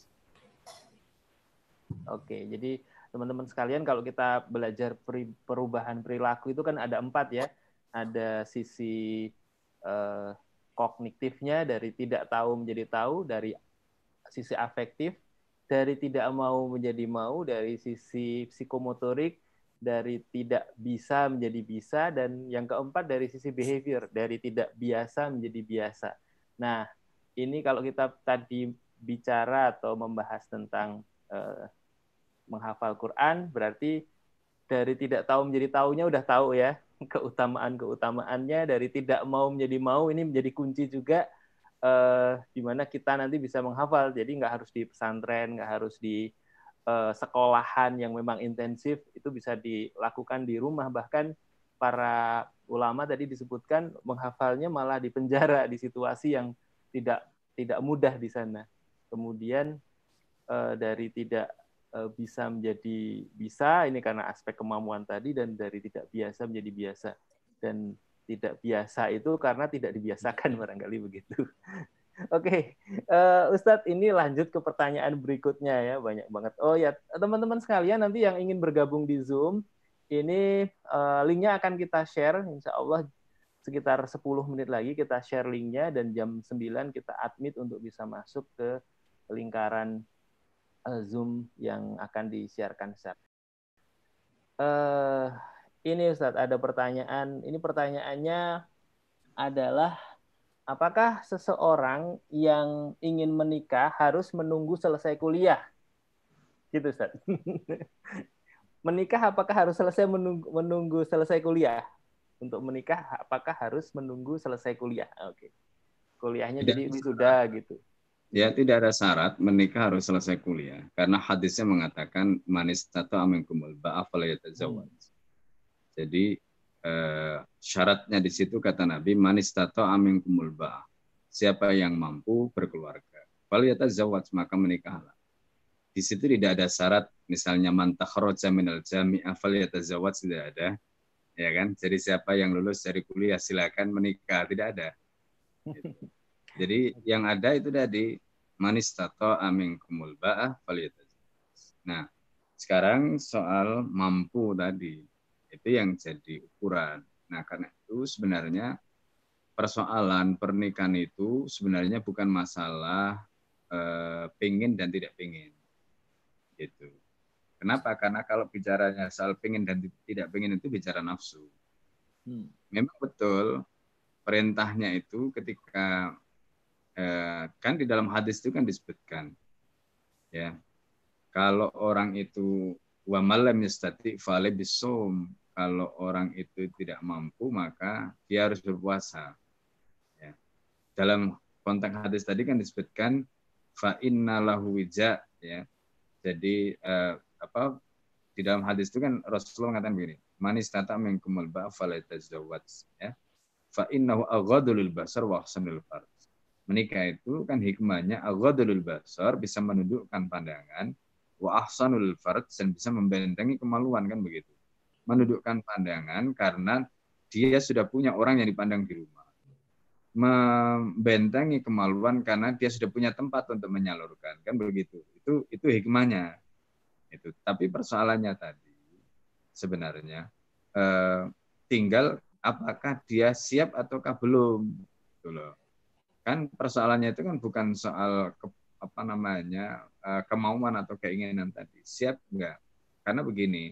Oke, jadi teman-teman sekalian kalau kita belajar perubahan perilaku itu kan ada 4 ya. Ada sisi kognitifnya, dari tidak tahu menjadi tahu, dari sisi afektif, dari tidak mau menjadi mau, dari sisi psikomotorik, dari tidak bisa menjadi bisa, dan yang keempat dari sisi behavior, dari tidak biasa menjadi biasa. Nah, ini kalau kita tadi bicara atau membahas tentang menghafal Quran, berarti dari tidak tahu menjadi tahunya udah tahu ya, keutamaan-keutamaannya. Dari tidak mau menjadi mau, ini menjadi kunci juga di mana kita nanti bisa menghafal. Jadi nggak harus di pesantren, nggak harus di sekolahan yang memang intensif, itu bisa dilakukan di rumah. Bahkan para ulama tadi disebutkan menghafalnya malah di penjara, di situasi yang tidak mudah di sana. Kemudian dari tidak bisa menjadi bisa, ini karena aspek kemampuan tadi, dan dari tidak biasa menjadi biasa. Dan tidak biasa itu karena tidak dibiasakan, barangkali begitu. Oke, Ustadz, ini lanjut ke pertanyaan berikutnya ya, banyak banget. Oh ya, teman-teman sekalian nanti yang ingin bergabung di Zoom, ini linknya akan kita share, insya Allah sekitar 10 menit lagi kita share linknya, dan jam 9 kita admit untuk bisa masuk ke lingkaran Zoom yang akan disiarkan saat. Ini Ustadz, ada pertanyaan. Ini pertanyaannya adalah, apakah seseorang yang ingin menikah harus menunggu selesai kuliah? Gitu Ustadz. Menikah apakah harus selesai menunggu selesai kuliah? Untuk menikah apakah harus menunggu selesai kuliah? Oke. Kuliahnya Tidak, jadi wisuda gitu. Ya, tidak ada syarat menikah harus selesai kuliah. Karena hadisnya mengatakan manistata aminkumul ba'a falyatazawwaj. Jadi syaratnya di situ kata Nabi manistata aminkumul ba'a. Siapa yang mampu berkeluarga, falyatazawwaj, maka menikahlah. Di situ tidak ada syarat misalnya man takharaja minal jami'ah falyatazawwaj, tidak ada. Ya kan? Jadi siapa yang lulus dari kuliah silakan menikah, tidak ada. Jadi yang ada itu tadi manistata aminkumul ba'ah falyatazawwaj. Nah, sekarang soal mampu tadi itu yang jadi ukuran. Nah, karena itu sebenarnya persoalan pernikahan itu sebenarnya bukan masalah pingin dan tidak pingin. Gitu. Kenapa? Karena kalau bicaranya soal pingin dan tidak pingin itu bicara nafsu. Memang betul perintahnya itu ketika kan di dalam hadis itu kan disebutkan ya, kalau orang itu wa malam yastati fale bisum, kalau orang itu tidak mampu maka dia harus berpuasa ya. Dalam konteks hadis tadi kan disebutkan fa inna lahu wija, ya. Jadi di dalam hadis itu kan Rasulullah mengatakan begini, man istata minkumul ba'a falyatazawwaj, ya. Fa innahu aghaddu lil basar wa ahsanul farj. Menikah itu kan hikmahnya aghaddu lil basar, bisa menundukkan pandangan, wa ahsanul farj, dan bisa membentengi kemaluan, kan begitu. Menundukkan pandangan karena dia sudah punya orang yang dipandang di rumah. Membentengi kemaluan karena dia sudah punya tempat untuk menyalurkan, kan begitu. Itu hikmahnya. Itu. Tapi persoalannya tadi sebenarnya tinggal apakah dia siap ataukah belum, gitu loh. Kan persoalannya itu kan bukan soal kemauan atau keinginan tadi, siap enggak? Karena begini,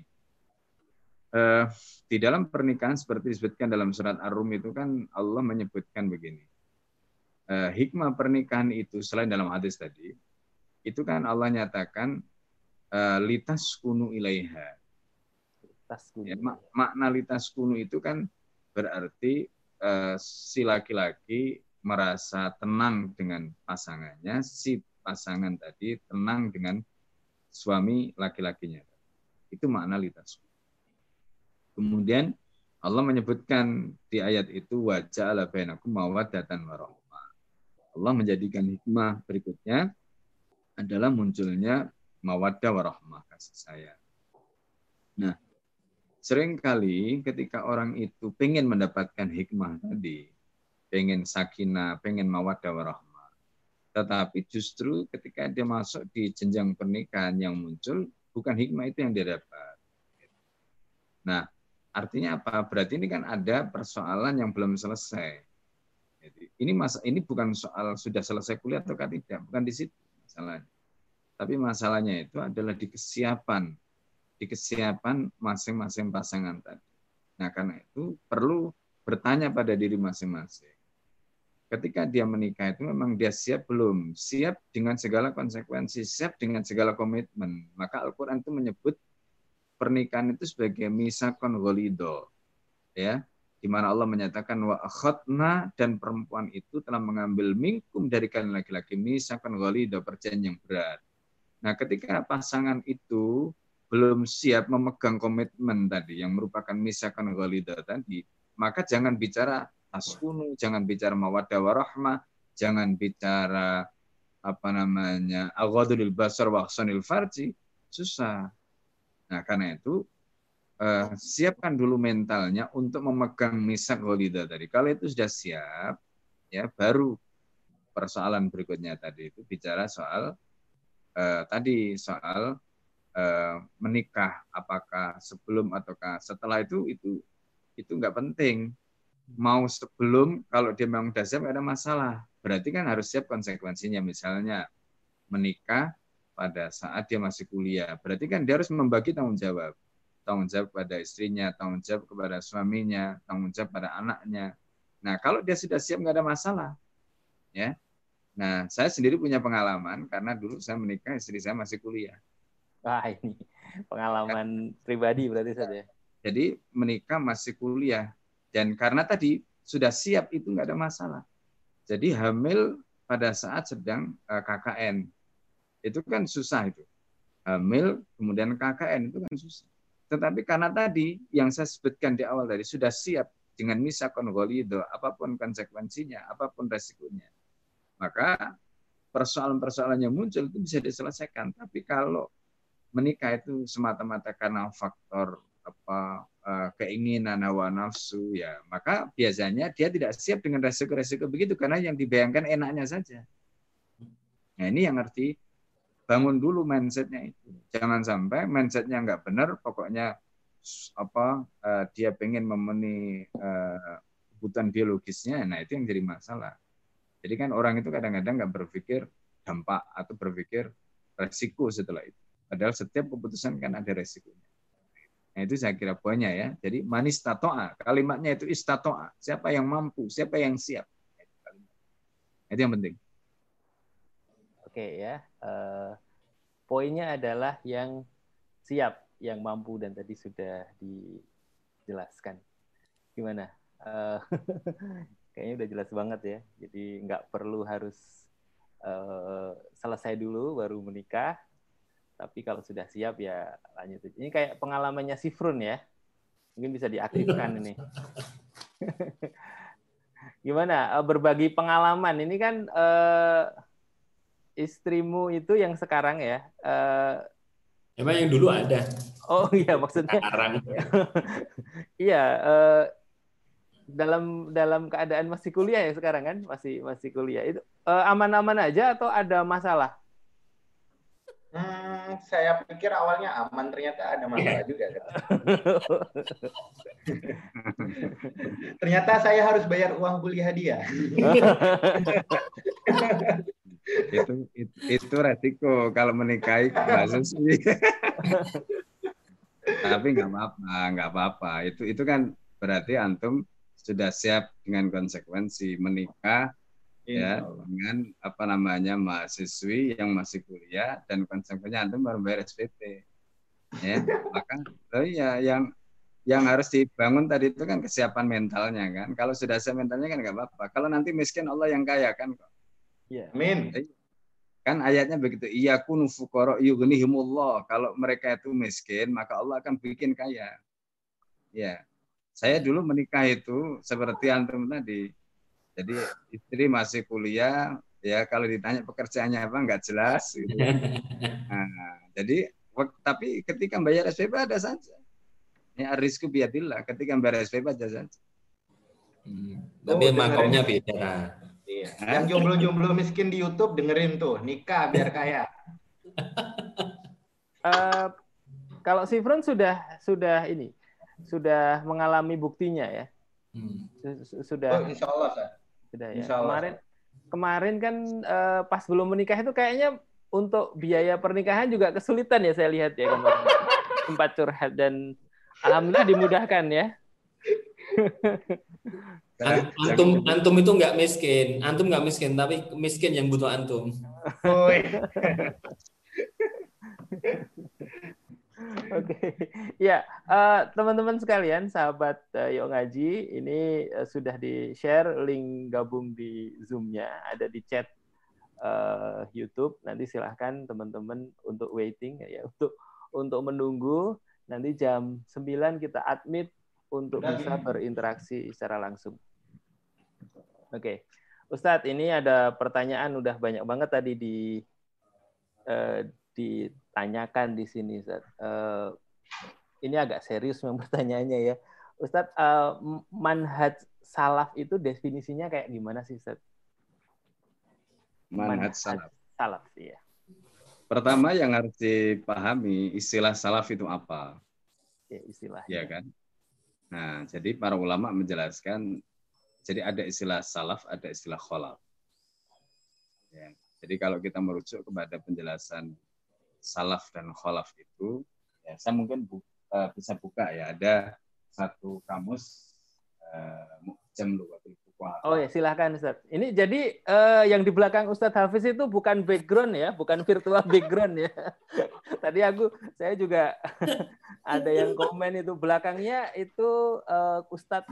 di dalam pernikahan seperti disebutkan dalam surat Ar-Rum itu kan Allah menyebutkan begini, hikmah pernikahan itu selain dalam hadis tadi, itu kan Allah nyatakan litas kunu ilaiha. Ya, makna litas kunu itu kan berarti si laki-laki merasa tenang dengan pasangannya, si pasangan tadi tenang dengan suami laki-lakinya. Itu makna litas kunu. Kemudian Allah menyebutkan di ayat itu wa ja'ala bainakum mawaddatan warahmah. Allah menjadikan hikmah berikutnya adalah munculnya mawaddah warahmah, kasih sayang. Nah, seringkali ketika orang itu pengen mendapatkan hikmah tadi, pengen sakinah, pengen mawaddah warahmah, tetapi justru ketika dia masuk di jenjang pernikahan yang muncul, bukan hikmah itu yang dia dapat. Nah, artinya apa? Berarti ini kan ada persoalan yang belum selesai. Jadi, ini bukan soal sudah selesai kuliah atau tidak, bukan di situ masalahnya. Tapi masalahnya itu adalah di kesiapan masing-masing pasangan tadi. Nah, karena itu perlu bertanya pada diri masing-masing. Ketika dia menikah itu memang dia siap belum? Siap dengan segala konsekuensi, siap dengan segala komitmen. Maka Al-Quran itu menyebut pernikahan itu sebagai misakon ghalido, ya, di mana Allah menyatakan wa akhadna, dan perempuan itu telah mengambil minkum dari kalian laki-laki misakon ghalido, perjanjian yang berat. Nah, ketika pasangan itu belum siap memegang komitmen tadi yang merupakan misakon ghalido tadi, maka jangan bicara taskunu, jangan bicara mawaddah warahmah, jangan bicara aghadul basar wa ahsanil farji, susah. Nah, karena itu siapkan dulu mentalnya untuk memegang misak ghalido tadi. Kalau itu sudah siap, ya baru persoalan berikutnya tadi itu bicara soal menikah, apakah sebelum ataukah setelah itu nggak penting. Mau sebelum, kalau dia memang sudah siap nggak ada masalah. Berarti kan harus siap konsekuensinya. Misalnya menikah pada saat dia masih kuliah, berarti kan dia harus membagi tanggung jawab pada istrinya, tanggung jawab kepada suaminya, tanggung jawab pada anaknya. Nah, kalau dia sudah siap nggak ada masalah, ya. Nah, saya sendiri punya pengalaman karena dulu saya menikah, istri saya masih kuliah. Wah, ini pengalaman pribadi berarti saja. Jadi menikah masih kuliah, dan karena tadi sudah siap itu nggak ada masalah. Jadi hamil pada saat sedang KKN itu kan susah itu. Hamil kemudian KKN itu kan susah. Tetapi karena tadi yang saya sebutkan di awal tadi sudah siap dengan misakon ghalido, apapun konsekuensinya, apapun resikonya, maka persoalan-persoalan yang muncul itu bisa diselesaikan. Tapi kalau menikah itu semata-mata karena faktor keinginan hawa nafsu, ya maka biasanya dia tidak siap dengan resiko-resiko begitu karena yang dibayangkan enaknya saja. Nah, ini yang arti bangun dulu mindsetnya itu. Jangan sampai mindsetnya nggak benar, pokoknya dia pengen memenuhi kebutuhan biologisnya, nah itu yang jadi masalah. Jadi kan orang itu kadang-kadang nggak berpikir dampak atau berpikir resiko setelah itu. Padahal setiap keputusan kan ada resikonya. Nah, itu saya kira poinnya ya. Jadi manis tatoa, kalimatnya itu istatoa. Siapa yang mampu, siapa yang siap. Itu yang penting. Oke ya. Poinnya adalah yang siap, yang mampu, dan tadi sudah dijelaskan. Gimana? Kayaknya udah jelas banget ya. Jadi nggak perlu harus selesai dulu baru menikah. Tapi kalau sudah siap ya lanjut. Ini kayak pengalamannya Sifrun ya. Mungkin bisa diaktifkan ini. Gimana? Berbagi pengalaman. Ini kan istrimu itu yang sekarang ya. Emang yang dulu ada. Oh iya, maksudnya. Sekarang. Iya. Dalam keadaan masih kuliah ya sekarang kan? Masih kuliah. Itu aman-aman aja atau ada masalah? Saya pikir awalnya aman, ternyata ada masalah juga. Ternyata saya harus bayar uang kuliah dia. itu resiko kalau menikahi mahasiswi. Tapi nggak apa-apa. Itu kan berarti antum sudah siap dengan konsekuensi menikah. Ya, dengan mahasiswi yang masih kuliah dan konsekuensinya antum baru bayar SPP. Ya, maka yang harus dibangun tadi itu kan kesiapan mentalnya kan. Kalau sudah siap mentalnya kan nggak apa-apa. Kalau nanti miskin Allah yang kaya kan kok. Iya. Amin. Kan ayatnya begitu. Iyakunu fuqara yughnihimullah. Kalau mereka itu miskin, maka Allah akan bikin kaya. Ya. Saya dulu menikah itu seperti antum tadi. Jadi istri masih kuliah, ya kalau ditanya pekerjaannya apa nggak jelas. Gitu. Nah, jadi tapi ketika bayar SPP ada saja. Ya rizku biadillah. Ketika bayar SPP ada saja. Tapi makomnya beda. Iya. Yang jomblo-jomblo miskin di YouTube dengerin tuh, nikah biar kaya. Kalau Sifron sudah mengalami buktinya ya. Sudah. Oh, insya Allah, Sir. Sudah ya. Insya Allah. Kemarin kan pas belum menikah itu kayaknya untuk biaya pernikahan juga kesulitan ya saya lihat ya kemarin. Sempat curhat dan alhamdulillah dimudahkan ya. Antum itu nggak miskin, tapi miskin yang butuh antum. Oke, ya teman-teman sekalian, sahabat Yuk Ngaji, ini sudah di-share link gabung di Zoom-nya, ada di chat YouTube. Nanti silahkan teman-teman untuk waiting ya, untuk menunggu. Nanti jam 9 kita admit untuk bisa berinteraksi secara langsung. Oke, Ustadz, ini ada pertanyaan udah banyak banget tadi ditanyakan di sini, Ustadz. Ini agak serius memang pertanyaannya ya. Ustadz, manhaj salaf itu definisinya kayak gimana sih, Ustadz? Manhaj salaf. Salaf, iya. Pertama yang harus dipahami, istilah salaf itu apa? Ya, istilahnya. Ya kan? Nah, jadi para ulama menjelaskan, jadi ada istilah salaf, ada istilah kholaf. Ya. Jadi kalau kita merujuk kepada penjelasan salaf dan kholaf itu, ya saya mungkin bisa buka ya, ada satu kamus Mu'jam Lughatil Fuqaha. Oh ya, silahkan Ustaz. Ini jadi yang di belakang Ustadz Hafiz itu bukan background ya, bukan virtual background ya. Tadi saya juga ada yang komen itu belakangnya itu Ustadz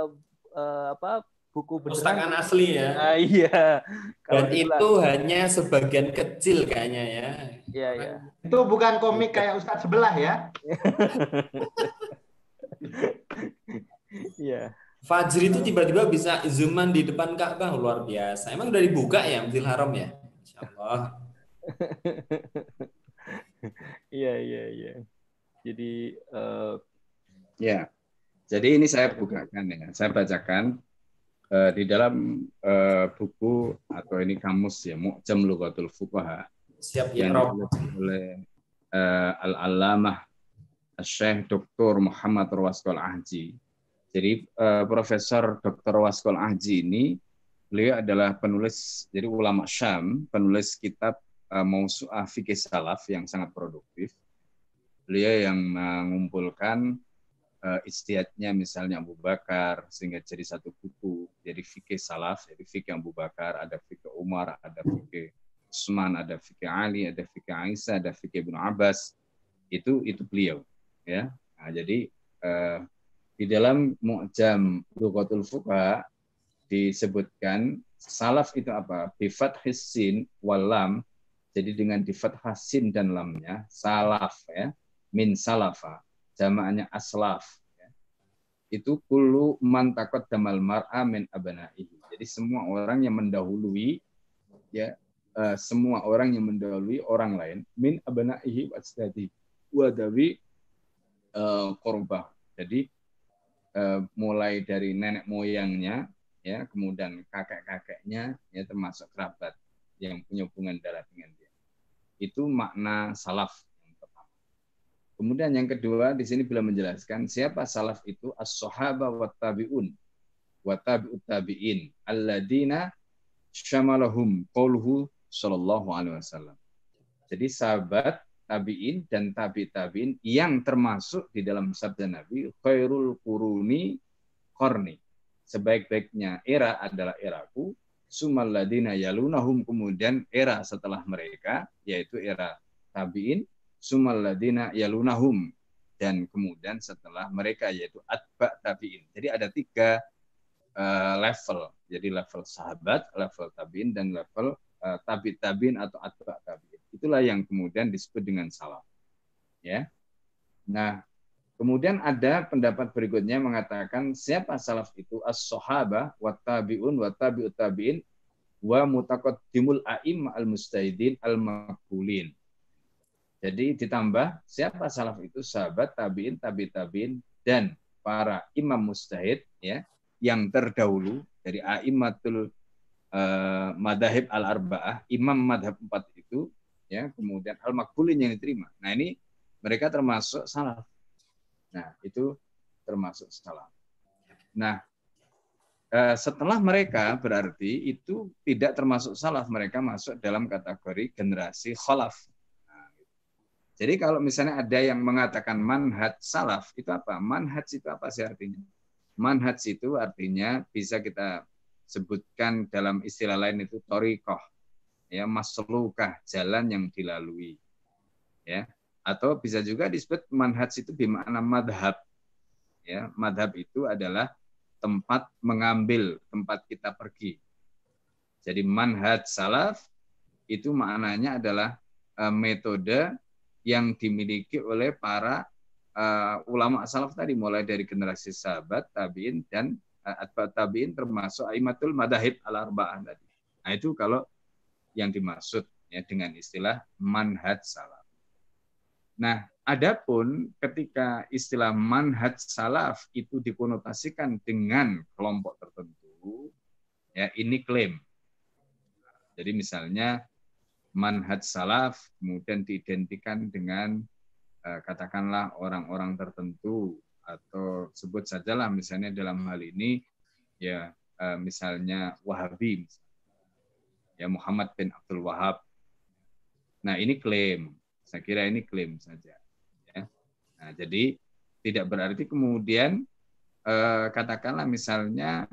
buku beneran. Pustakaan asli ya. Iya. Dan itu hanya sebagian kecil kayaknya ya. Iya, iya. Itu bukan komik kayak Ustadz sebelah ya. Iya. Fajri itu tiba-tiba bisa zooman di depan Ka'bah, luar biasa. Emang udah dibuka ya Masjidil Haram ya? Insyaallah. Iya. Jadi ya. Jadi ini saya bukakan ya. Saya bacakan di dalam buku atau ini kamus ya, Mu'jam Lughatul Fuqaha. Siap yang ditulis oleh Al-Allamah Syekh Dr. Muhammad Rawasqal Ahji. Jadi Profesor Dr. Rawasqal Ahji ini beliau adalah penulis, jadi ulama Syam, penulis kitab Mausu'ah Fiqih Salaf yang sangat produktif. Beliau yang mengumpulkan ijtihadnya misalnya Abu Bakar sehingga jadi satu buku, jadi Fiqih Salaf, jadi Fiqih Abu Bakar, ada Fiqih Umar, ada Fiqih Utsman, ada Fiqih Ali, ada Fiqih Aisyah, ada Fiqih Ibnu Abbas. Itu beliau ya. Nah, jadi di dalam Mu'jam Lughatul Fuqaha disebutkan salaf itu apa? Bi fathis sin wal lam. Jadi dengan di fathah sin dan lamnya salaf ya. Min salafa. Jamaahnya aslaf ya. Itu kullu man taqaddamal mar'a min abna'ihi. Jadi semua orang yang mendahului ya, semua orang yang mendahului orang lain min abna'ihi wa asdadi wa dawi qurbah. Jadi mulai dari nenek moyangnya ya, kemudian kakek-kakeknya ya, termasuk kerabat yang punya hubungan darah dengan dia. Itu makna salaf yang pertama. Kemudian yang kedua di sini beliau menjelaskan siapa salaf itu as-sahaba wat tabi'un wa tabi'ut tabi'in alladzina syamalahum qauluhu sallallahu alaihi wasallam. Jadi sahabat tabi'in dan tabi'in yang termasuk di dalam sabda Nabi khairul quruni qarni. Sebaik-baiknya era adalah eraku, sumal ladina yalunahum, kemudian era setelah mereka yaitu era tabi'in, sumal ladina yalunahum, dan kemudian setelah mereka yaitu atba tabi'in. Jadi ada 3 level. Jadi level sahabat, level tabi'in, dan level tabi'in atau atba tabi'in. Itulah yang kemudian disebut dengan salaf. Ya. Nah, kemudian ada pendapat berikutnya mengatakan siapa salaf itu as-sahaba wa tabi'un wa tabi'ut tabi'in wa mutaqaddimul a'imma al-mustahidin al-maqbulin. Jadi ditambah siapa salaf itu sahabat, tabi'in, tabi'in dan para imam mustahid ya yang terdahulu dari a'immatul madhahib al-arba'ah, imam madhab 4 itu ya, kemudian al-maqbulin yang diterima. Nah, ini mereka termasuk salaf. Nah, itu termasuk salaf. Nah, setelah mereka berarti itu tidak termasuk salaf, mereka masuk dalam kategori generasi khalaf. Nah, jadi kalau misalnya ada yang mengatakan manhaj salaf, itu apa? Manhaj itu apa sih artinya? Manhaj itu artinya bisa kita sebutkan dalam istilah lain itu thariqah, ya, maslukah, jalan yang dilalui. Ya. Atau bisa juga disebut manhaj itu bermakna madhab. Ya, madhab itu adalah tempat mengambil, tempat kita pergi. Jadi manhaj salaf itu maknanya adalah metode yang dimiliki oleh para ulama salaf tadi, mulai dari generasi sahabat, tabi'in, dan atba tabi'in termasuk aimatul madahib al-arba'ah tadi. Nah, itu kalau yang dimaksud ya dengan istilah manhaj salaf. Nah, adapun ketika istilah manhaj salaf itu dikonotasikan dengan kelompok tertentu, ya ini klaim. Jadi misalnya manhaj salaf kemudian diidentikan dengan katakanlah orang-orang tertentu, atau sebut sajalah misalnya dalam hal ini ya misalnya Wahabi, ya Muhammad bin Abdul Wahab. Nah, ini klaim. Saya kira ini klaim saja. Ya. Nah, jadi tidak berarti kemudian katakanlah misalnya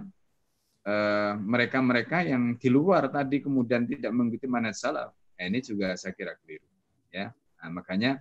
mereka-mereka yang di luar tadi kemudian tidak mengikuti manhaj salaf. Nah, ini juga saya kira keliru. Ya. Nah, makanya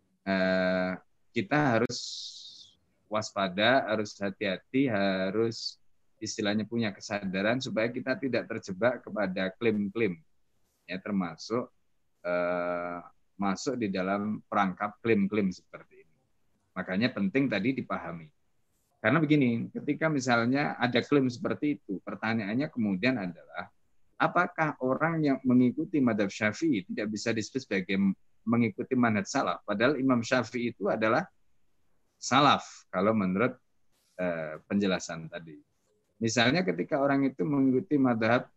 kita harus waspada, harus hati-hati, harus istilahnya punya kesadaran supaya kita tidak terjebak kepada klaim-klaim, ya, termasuk masuk di dalam perangkap klaim-klaim seperti ini. Makanya penting tadi dipahami. Karena begini, ketika misalnya ada klaim seperti itu, pertanyaannya kemudian adalah apakah orang yang mengikuti madhab Syafi'i tidak bisa disebut sebagai mengikuti manhaj salaf? Padahal Imam Syafi'i itu adalah salaf kalau menurut penjelasan tadi. Misalnya ketika orang itu mengikuti madhab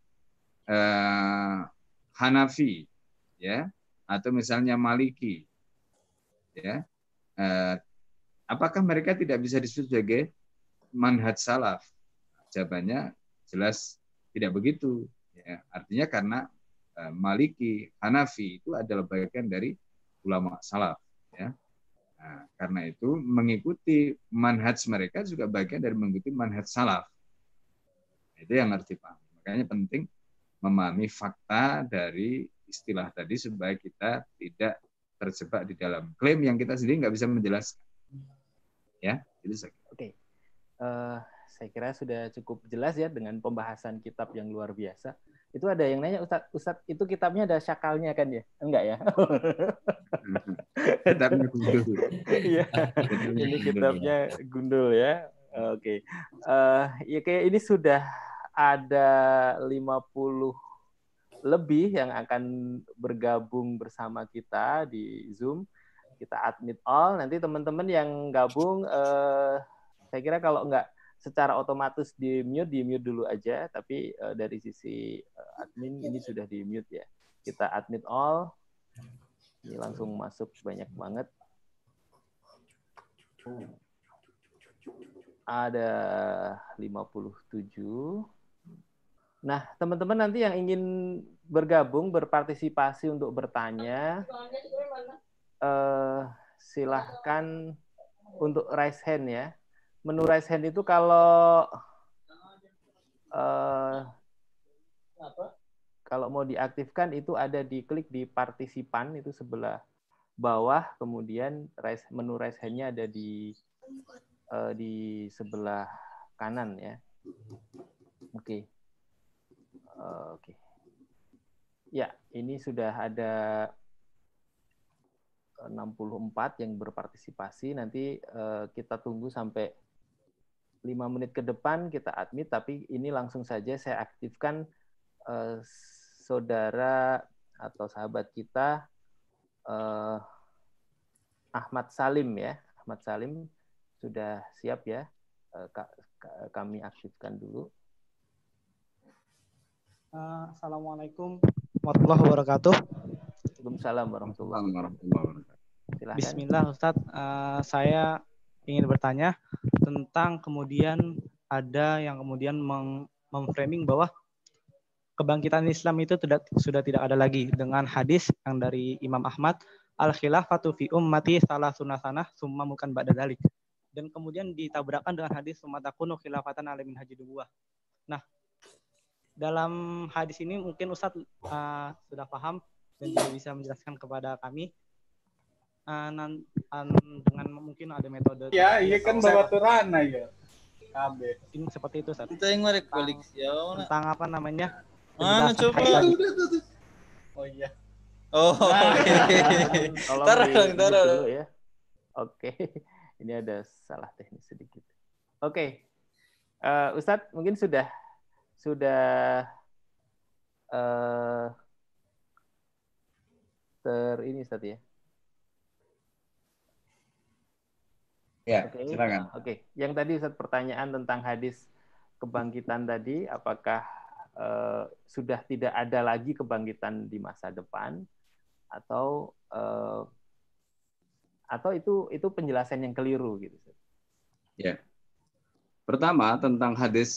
Hanafi, ya, atau misalnya Maliki, ya, apakah mereka tidak bisa disebut sebagai manhaj salaf? Jawabannya jelas tidak begitu. Ya, artinya karena Maliki, Hanafi itu adalah bagian dari ulama salaf. Ya. Nah, karena itu mengikuti manhaj mereka juga bagian dari mengikuti manhaj salaf. Itu yang harus dipahami. Makanya penting memahami fakta dari istilah tadi supaya kita tidak terjebak di dalam klaim yang kita sendiri nggak bisa menjelaskan. Ya, itu saya. Oke. saya kira sudah cukup jelas ya dengan pembahasan kitab yang luar biasa. Itu ada yang nanya, Ustadz itu kitabnya ada syakalnya kan ya? Enggak ya? Kitabnya gundul. Iya, ini kitabnya gundul ya. Oke. Ya kayak ini sudah ada 50 lebih yang akan bergabung bersama kita di Zoom. Kita admit all. Nanti teman-teman yang gabung, saya kira kalau nggak secara otomatis di mute dulu aja. Tapi dari sisi admin ini sudah di mute ya. Kita admit all. Ini langsung masuk banyak banget. Ada 57. Nah, teman-teman nanti yang ingin bergabung, berpartisipasi untuk bertanya, silahkan untuk raise hand ya. Menu raise hand itu kalau mau diaktifkan itu ada di klik di partisipan itu sebelah bawah, kemudian menu raise hand-nya ada di sebelah kanan ya. Oke. Oke. Ya, ini sudah ada 64 yang berpartisipasi. Nanti kita tunggu sampai 5 menit ke depan kita admit, tapi ini langsung saja saya aktifkan saudara atau sahabat kita Ahmad Salim ya. Ahmad Salim sudah siap ya. Kami aktifkan dulu. Assalamualaikum warahmatullahi wabarakatuh. Waalaikumsalam warahmatullahi wabarakatuh. Silahkan. Bismillah Ustadz, saya ingin bertanya tentang kemudian ada yang kemudian memframing bahwa kebangkitan Islam itu sudah tidak ada lagi dengan hadis yang dari Imam Ahmad, al-khilafatu fi ummati salasuna sanah summa mukan ba'da dzalik. Dan kemudian ditabrakkan dengan hadis summa takunu khilafatan ala min haji nubuwah. Nah, dalam hadis ini mungkin Ustadz sudah paham dan juga bisa menjelaskan kepada kami dengan mungkin ada metode. Ya, iya kan babaturan ya. KB. Ini seperti itu Ustadz. Kita yang merek balik ya. Tentang apa namanya? Mana coba? Oh iya. Oh, oke. Taruh ya. Oke. Ini ada salah teknis sedikit. Oke. Ustadz mungkin sudah ini Ustadz ya. Ya, Oke. silakan. Oke. Yang tadi Ustadz pertanyaan tentang hadis kebangkitan tadi, apakah sudah tidak ada lagi kebangkitan di masa depan atau itu penjelasan yang keliru gitu. Ya. Pertama tentang hadis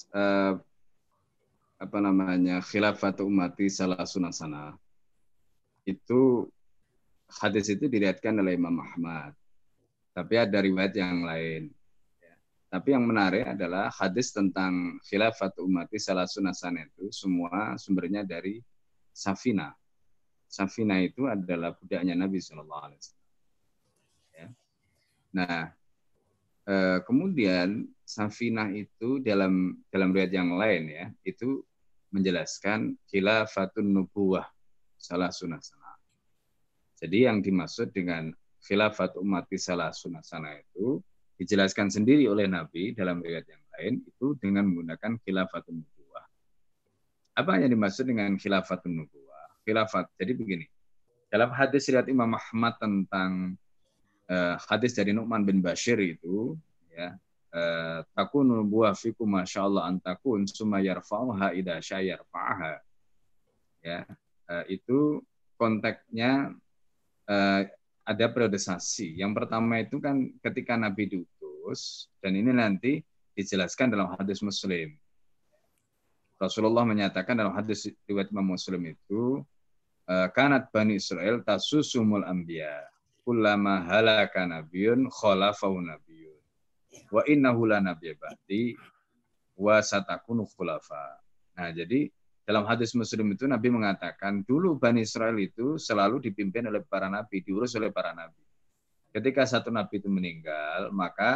khilafatu ummati salasuna sana. Itu hadis itu diriwayatkan oleh Imam Ahmad. Tapi ada riwayat yang lain. Tapi yang menarik adalah hadis tentang khilafatu ummati salasuna sana itu semua sumbernya dari Safina. Safina itu adalah budaknya Nabi SAW. Ya. Nah, kemudian Safina itu dalam riwayat yang lain ya, itu menjelaskan khilafatun nubuwah salasuna sana. Jadi yang dimaksud dengan khilafat ummati salasuna sana itu dijelaskan sendiri oleh Nabi dalam riwayat yang lain itu dengan menggunakan khilafatun nubuwah. Apa yang dimaksud dengan khilafatun nubuwah? Khilafat. Jadi begini. Dalam hadis riwayat Imam Ahmad tentang hadis dari Nu'man bin Bashir itu ya, takunu nubuwah fikum masyaallah antakun summa yarfa'uha idza syayarfa'aha. Ya, itu konteksnya ada periodisasi. Yang pertama itu kan ketika Nabi diutus, dan ini nanti dijelaskan dalam hadis Muslim. Rasulullah menyatakan dalam hadis riwayat Imam Muslim itu, kanat Bani Israel tasusumul anbiya, kullama halaka nabiyyun khalafahu nabiyyun, wa innahu la nabiyya ba'di wa satakunu khulafa. Nah, jadi dalam hadis Muslim itu Nabi mengatakan dulu Bani Israel itu selalu dipimpin oleh para nabi, diurus oleh para nabi. Ketika satu nabi itu meninggal, maka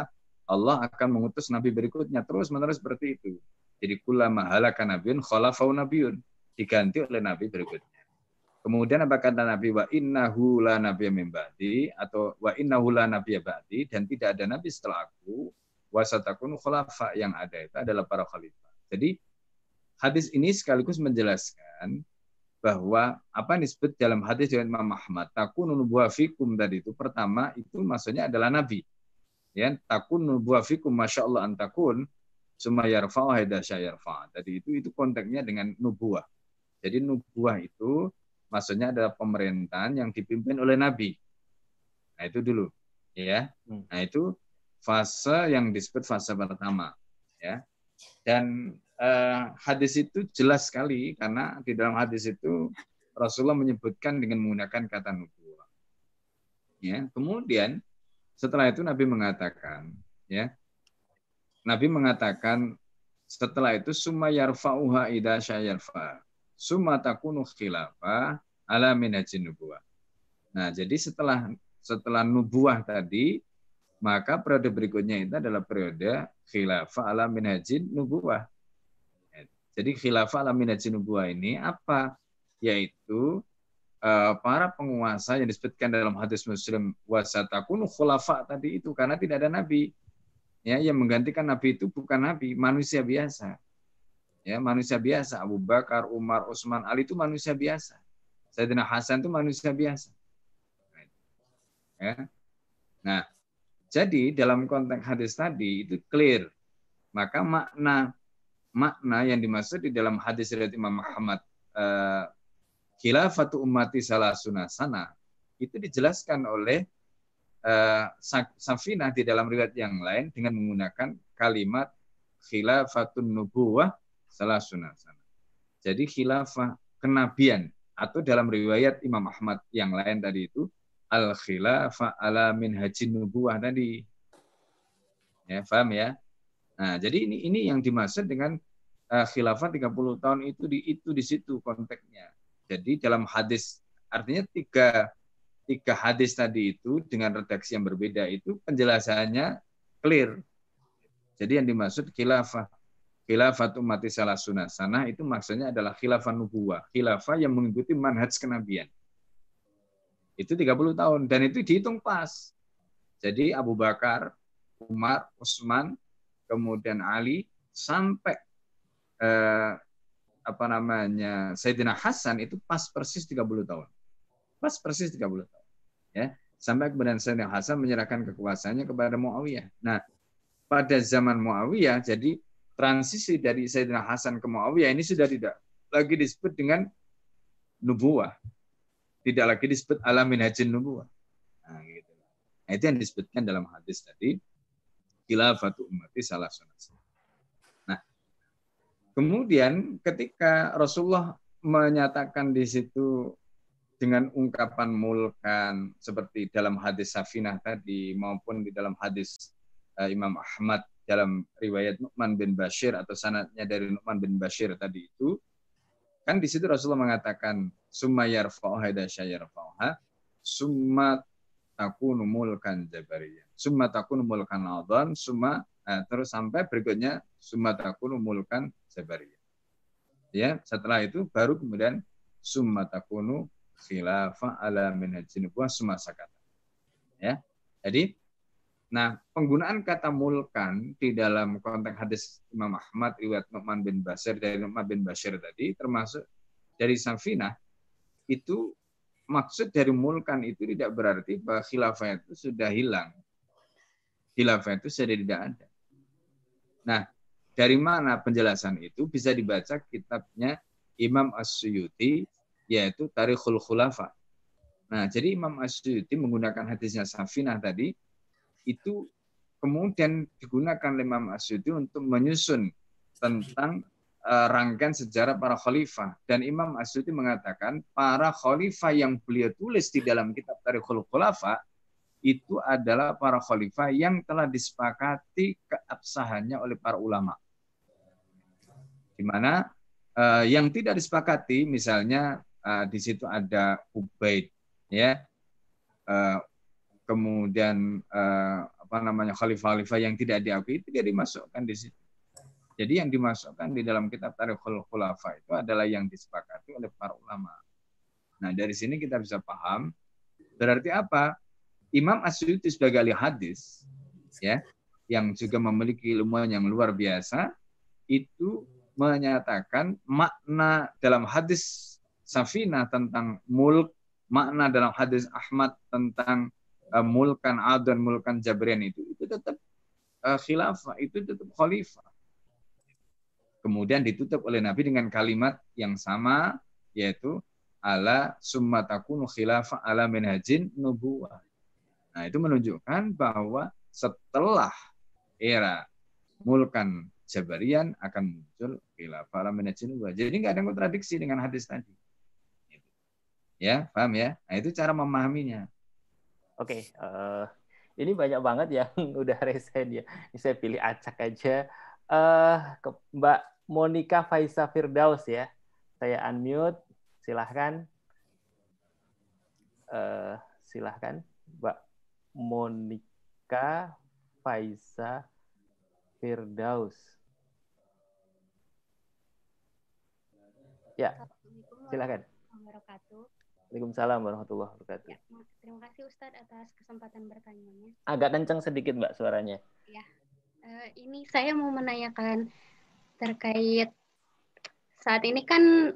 Allah akan mengutus nabi berikutnya terus-menerus seperti itu. Jadi kullama halaka nabiyyun khalafau nabiyyun, diganti oleh nabi berikutnya. Kemudian apa kata Nabi, wa innahu la nabiyya min ba'di, atau wa innahu la nabiyya ba'di, dan tidak ada nabi setelah aku, wa satakunu khulafa, yang ada itu adalah para khalifah. Jadi hadis ini sekaligus menjelaskan bahwa apa yang disebut dalam hadis dari Imam Ahmad, takunu nubuwah fikum tadi itu, pertama itu maksudnya adalah nabi. Ya, takunu nubuwah fikum masyaallah antakun summa yarfa'u haidasya yarfa'. Tadi itu konteksnya dengan nubuwah. Jadi nubuwah itu maksudnya adalah pemerintahan yang dipimpin oleh nabi. Nah, itu dulu, ya. Nah, itu fase yang disebut fase pertama, ya. Dan hadis itu jelas sekali karena di dalam hadis itu Rasulullah menyebutkan dengan menggunakan kata nubuwah. Ya, kemudian setelah itu Nabi mengatakan, ya. Nabi mengatakan setelah itu summa yarfa'uha idza syayarfa. Summa takunu khilafah ala minhajin nubuwah. Nah, jadi setelah nubuwah tadi, maka periode berikutnya itu adalah periode khilafah ala minhajin nubuwah. Jadi khilafah ala minhajin nubuwah ini apa? Yaitu para penguasa yang disebutkan dalam hadis Muslim wasatakunu khulafa tadi itu, karena tidak ada nabi. Ya, yang menggantikan nabi itu bukan nabi, manusia biasa. Ya, manusia biasa. Abu Bakar, Umar, Utsman, Ali itu manusia biasa. Sayyidina Hasan itu manusia biasa. Ya. Nah, jadi dalam konteks hadis tadi itu clear. Maka makna yang dimaksud di dalam hadis riwayat Imam Muhammad khilafatu ummati salasuna sana itu dijelaskan oleh Safinah di dalam riwayat yang lain dengan menggunakan kalimat khilafatun nubuwah salasuna sana. Jadi khilafah kenabian, atau dalam riwayat Imam Ahmad yang lain tadi itu al khilafah ala minhajin nubuwah tadi. Ya, paham ya? Nah, jadi ini yang dimaksud dengan khilafah 30 tahun itu di situ konteksnya. Jadi dalam hadis, artinya tiga hadis tadi itu dengan redaksi yang berbeda itu penjelasannya clear. Jadi yang dimaksud khilafah ummati salasuna sanah itu maksudnya adalah khilafah nubuwah, khilafah yang mengikuti manhaj kenabian. Itu 30 tahun dan itu dihitung pas. Jadi Abu Bakar, Umar, Utsman, kemudian Ali sampai Sayyidina Hasan itu pas persis 30 tahun. Pas persis 30 tahun. Ya, sampai kemudian Sayyidina Hasan menyerahkan kekuasaannya kepada Muawiyah. Nah, pada zaman Muawiyah jadi transisi dari Sayyidina Hasan ke Muawiyah ini sudah tidak lagi disebut dengan nubuwah. Tidak lagi disebut ala minhajin nubuwah. Nah, gitu. Nah, itu yang disebutkan dalam hadis tadi khilafatu ummati salasuna. Nah, kemudian ketika Rasulullah menyatakan di situ dengan ungkapan mulkan seperti dalam hadis Safinah tadi maupun di dalam hadis Imam Ahmad dalam riwayat Nu'man bin Bashir atau sanadnya dari Nu'man bin Bashir tadi itu, kan di situ Rasulullah mengatakan summa yarfa'uha dasyayarfa'uha summa takunu mulkan jabariyah summa takunu mulkan adhan summa terus sampai berikutnya summa takunu mulkan jabariyah. Ya, setelah itu baru kemudian summa takunu khilafah ala minhajin nubuwah summa sakata. Ya. Jadi penggunaan kata mulkan di dalam konteks hadis Imam Ahmad riwayat Nu'man bin Bashir dari Nu'man bin Bashir tadi termasuk dari Safinah itu maksud dari mulkan itu tidak berarti bahwa khilafah itu sudah hilang. Khilafah itu sudah tidak ada. Nah, dari mana penjelasan itu bisa dibaca kitabnya Imam As-Suyuti yaitu Tarikhul Khulafa. Nah, jadi Imam As-Suyuti menggunakan hadisnya Safinah tadi itu kemudian digunakan oleh Imam As-Suyuti untuk menyusun tentang rangkaian sejarah para khalifah. Dan Imam As-Suyuti mengatakan para khalifah yang beliau tulis di dalam kitab Tarikhul Khulafa itu adalah para khalifah yang telah disepakati keabsahannya oleh para ulama. Di mana yang tidak disepakati misalnya di situ ada Ubaid, ya, kemudian khalifah-khalifah yang tidak diakui itu dia dimasukkan di situ. Jadi yang dimasukkan di dalam kitab Tarikhul Khulafa itu adalah yang disepakati oleh para ulama. Nah, dari sini kita bisa paham berarti apa? Imam Asyuti sebagai ahli hadis ya, yang juga memiliki ilmuwan yang luar biasa, itu menyatakan makna dalam hadis Safinah tentang mulk, makna dalam hadis Ahmad tentang mulkan adon, mulkan jabrian itu tetap khilafah, itu tetap khalifah. Kemudian ditutup oleh Nabi dengan kalimat yang sama, yaitu ala summa takunu khilafah ala manhajin nubuwah. Nah, itu menunjukkan bahwa setelah era mulkan Jabarian akan muncul khilafah ala manhajin nubuwah. Jadi nggak ada kontradiksi dengan hadis tadi. Ya, paham ya? Nah, itu cara memahaminya. Oke, ini banyak banget yang udah resign ya. Ini saya pilih acak aja. Mbak Monica Faisa Firdaus ya. Saya unmute. Silahkan. Silahkan, Mbak Monica Faisa Firdaus. Ya, silahkan. Waalaikumsalam warahmatullahi wabarakatuh. Ya, terima kasih Ustadz atas kesempatan bertanya. Agak kencang sedikit Mbak suaranya. Ya, ini saya mau menanyakan terkait saat ini kan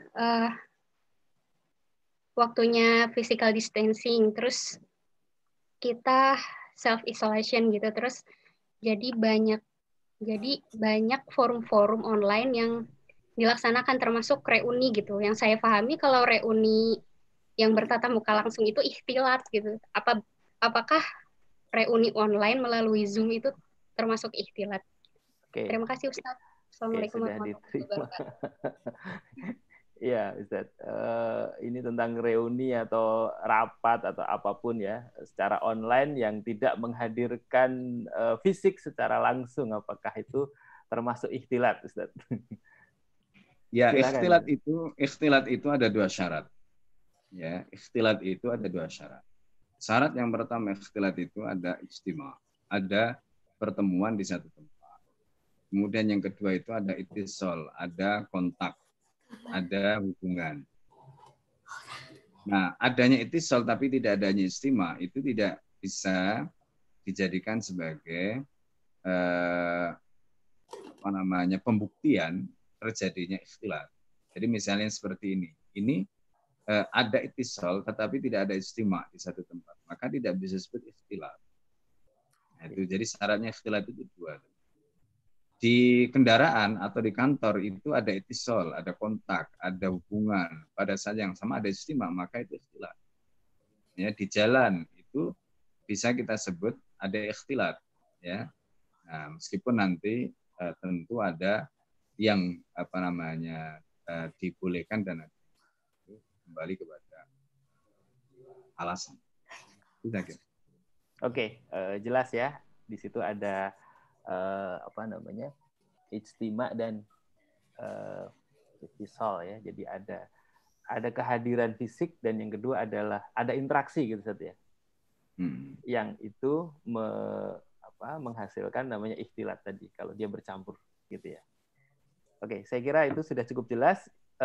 waktunya physical distancing, terus kita self isolation gitu, terus jadi banyak forum-forum online yang dilaksanakan termasuk reuni gitu. Yang saya pahami kalau reuni yang bertatap muka langsung itu ikhtilat gitu. Apakah reuni online melalui Zoom itu termasuk ikhtilat? Oke. Terima kasih Ustaz. Assalamualaikum warahmatullahi wabarakatuh. Iya Ustaz. Ini tentang reuni atau rapat atau apapun ya secara online yang tidak menghadirkan fisik secara langsung. Apakah itu termasuk ikhtilat Ustaz? Ya, silakan. ikhtilat itu ada dua syarat. Ya, ikhtilat itu ada dua syarat. Syarat yang pertama ikhtilat itu ada ijtima, ada pertemuan di satu tempat. Kemudian yang kedua itu ada ittisal, ada kontak, ada hubungan. Nah, adanya ittisal tapi tidak adanya ijtima itu tidak bisa dijadikan sebagai pembuktian terjadinya ikhtilat. Jadi misalnya seperti ini. Ini ada ittisal tetapi tidak ada ijtima di satu tempat, maka tidak bisa disebut ikhtilat. Nah, itu jadi syaratnya ikhtilat itu dua. Di kendaraan atau di kantor itu ada ittisal, ada kontak, ada hubungan. Pada saat yang sama ada ijtima, maka itu ikhtilat. Ya, di jalan itu bisa kita sebut ada ikhtilat. Ya, nah, meskipun nanti tentu ada yang dibolehkan dan kembali kepada alasan. Oke, jelas ya. Di situ ada ijtima dan ittisal ya. Jadi ada kehadiran fisik dan yang kedua adalah ada interaksi gitu Ustaz ya. Yang itu menghasilkan namanya ikhtilat tadi kalau dia bercampur gitu ya. Oke, saya kira itu sudah cukup jelas.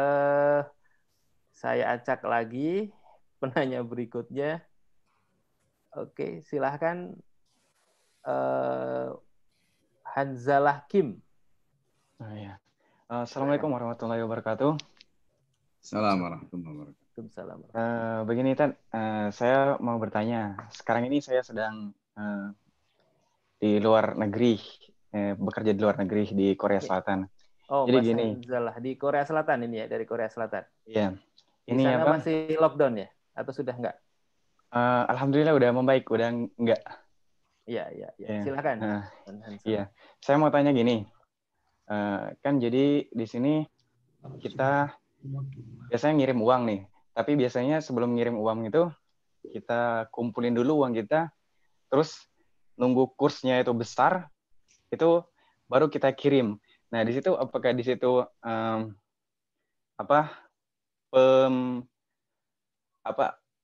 Saya acak lagi penanya berikutnya. Oke, silahkan Hanzalah Kim. Assalamualaikum warahmatullahi wabarakatuh. Assalamualaikum warahmatullahi wabarakatuh. Begini Tan, saya mau bertanya. Sekarang ini saya sedang di luar negeri, bekerja di luar negeri di Korea Selatan. Oh, jadi gini. Hanzalah di Korea Selatan ini ya, dari Korea Selatan. Iya. Di sana masih lockdown ya? Atau sudah enggak? Alhamdulillah udah membaik, udah enggak. Iya. Silakan. Iya. Saya mau tanya gini. Kan jadi di sini kita biasanya ngirim uang nih. Tapi biasanya sebelum ngirim uang itu kita kumpulin dulu uang kita, terus nunggu kursnya itu besar, itu baru kita kirim. Nah, di situ apakah di situ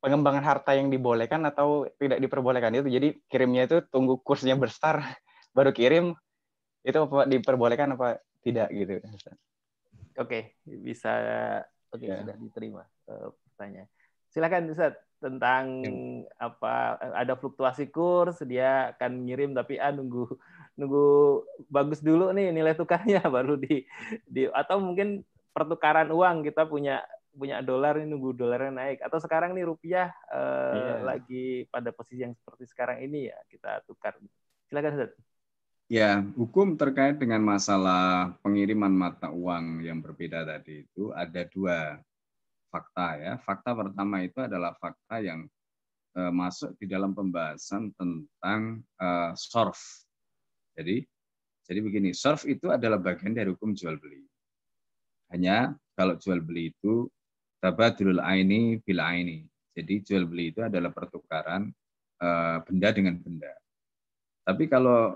pengembangan harta yang dibolehkan atau tidak diperbolehkan itu. Jadi kirimnya itu tunggu kursnya besar baru kirim, itu apa diperbolehkan apa tidak gitu. Oke, bisa. Oke, Ya. sudah diterima pertanyaan. Silakan Ustaz, tentang apa ada fluktuasi kurs, dia akan ngirim tapi nunggu bagus dulu nih nilai tukarnya baru di atau mungkin pertukaran uang, kita punya dolar ini nunggu dolarnya naik, atau sekarang nih rupiah lagi pada posisi yang seperti sekarang ini ya kita tukar. Silakan Ustaz. Ya, hukum terkait dengan masalah pengiriman mata uang yang berbeda tadi itu ada dua fakta ya. Fakta pertama itu adalah fakta yang masuk di dalam pembahasan tentang sorf. Jadi begini, sorf itu adalah bagian dari hukum jual beli. Hanya kalau jual beli itu tabadulul aini bil aini. Jadi jual beli itu adalah pertukaran benda dengan benda. Tapi kalau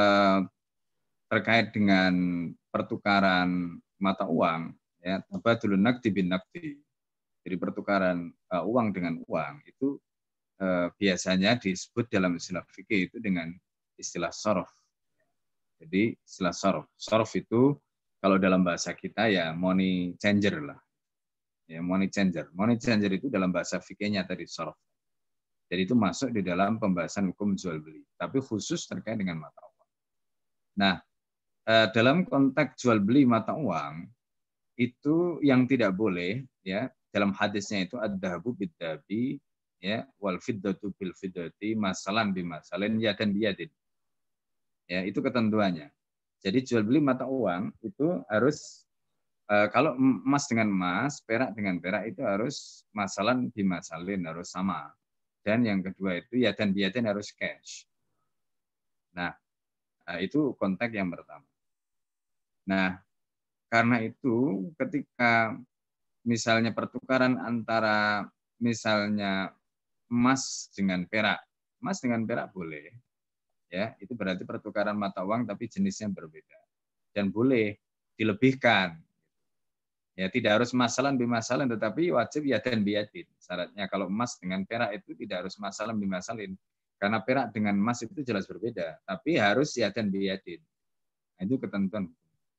terkait dengan pertukaran mata uang, ya tabadulun naqdi bin naqdi. Jadi pertukaran uang dengan uang itu biasanya disebut dalam istilah fikih itu dengan istilah sorof. Jadi istilah sorof. Sorof itu kalau dalam bahasa kita ya money changer lah. Ya, money changer. Money changer itu dalam bahasa fikihnya tadi sorof. Jadi itu masuk di dalam pembahasan hukum jual beli. Tapi khusus terkait dengan mata uang. Nah, dalam konteks jual beli mata uang itu yang tidak boleh ya dalam hadisnya itu ad-dhahabu bid-dhahabi ya wal fiddatu bil fiddati masalan bimasalin yadan biyadin. Ya, itu ketentuannya. Jadi jual beli mata uang itu harus kalau emas dengan emas, perak dengan perak itu harus masalan bimasalin, harus sama. Dan yang kedua itu yadan biyadin harus cash. Nah, itu konteks yang pertama. Nah, karena itu ketika misalnya pertukaran antara misalnya emas dengan perak boleh, ya itu berarti pertukaran mata uang tapi jenisnya berbeda dan boleh dilebihkan. Ya tidak harus masalan bimasalin tetapi wajib yadan biyadin. Syaratnya kalau emas dengan perak itu tidak harus masalan bimasalin. Karena perak dengan emas itu jelas berbeda, tapi harus yadan biyadin. Nah, itu ketentuan.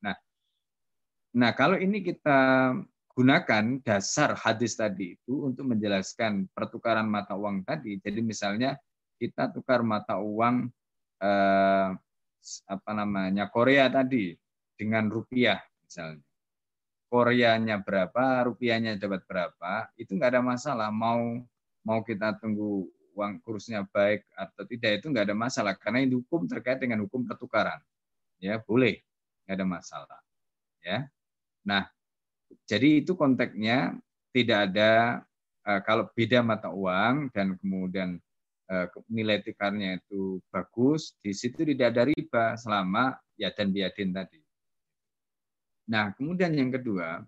Nah, kalau ini kita gunakan dasar hadis tadi itu untuk menjelaskan pertukaran mata uang tadi. Jadi misalnya kita tukar mata uang Korea tadi dengan rupiah misalnya. Koreanya berapa, rupiahnya dapat berapa, itu nggak ada masalah. Mau kita tunggu uang kursnya baik atau tidak itu nggak ada masalah karena ini hukum terkait dengan hukum pertukaran ya boleh nggak ada masalah ya. Nah jadi itu konteksnya tidak ada kalau beda mata uang dan kemudian nilai tukarnya itu bagus di situ tidak ada riba selama yadan biyadin tadi. Nah kemudian yang kedua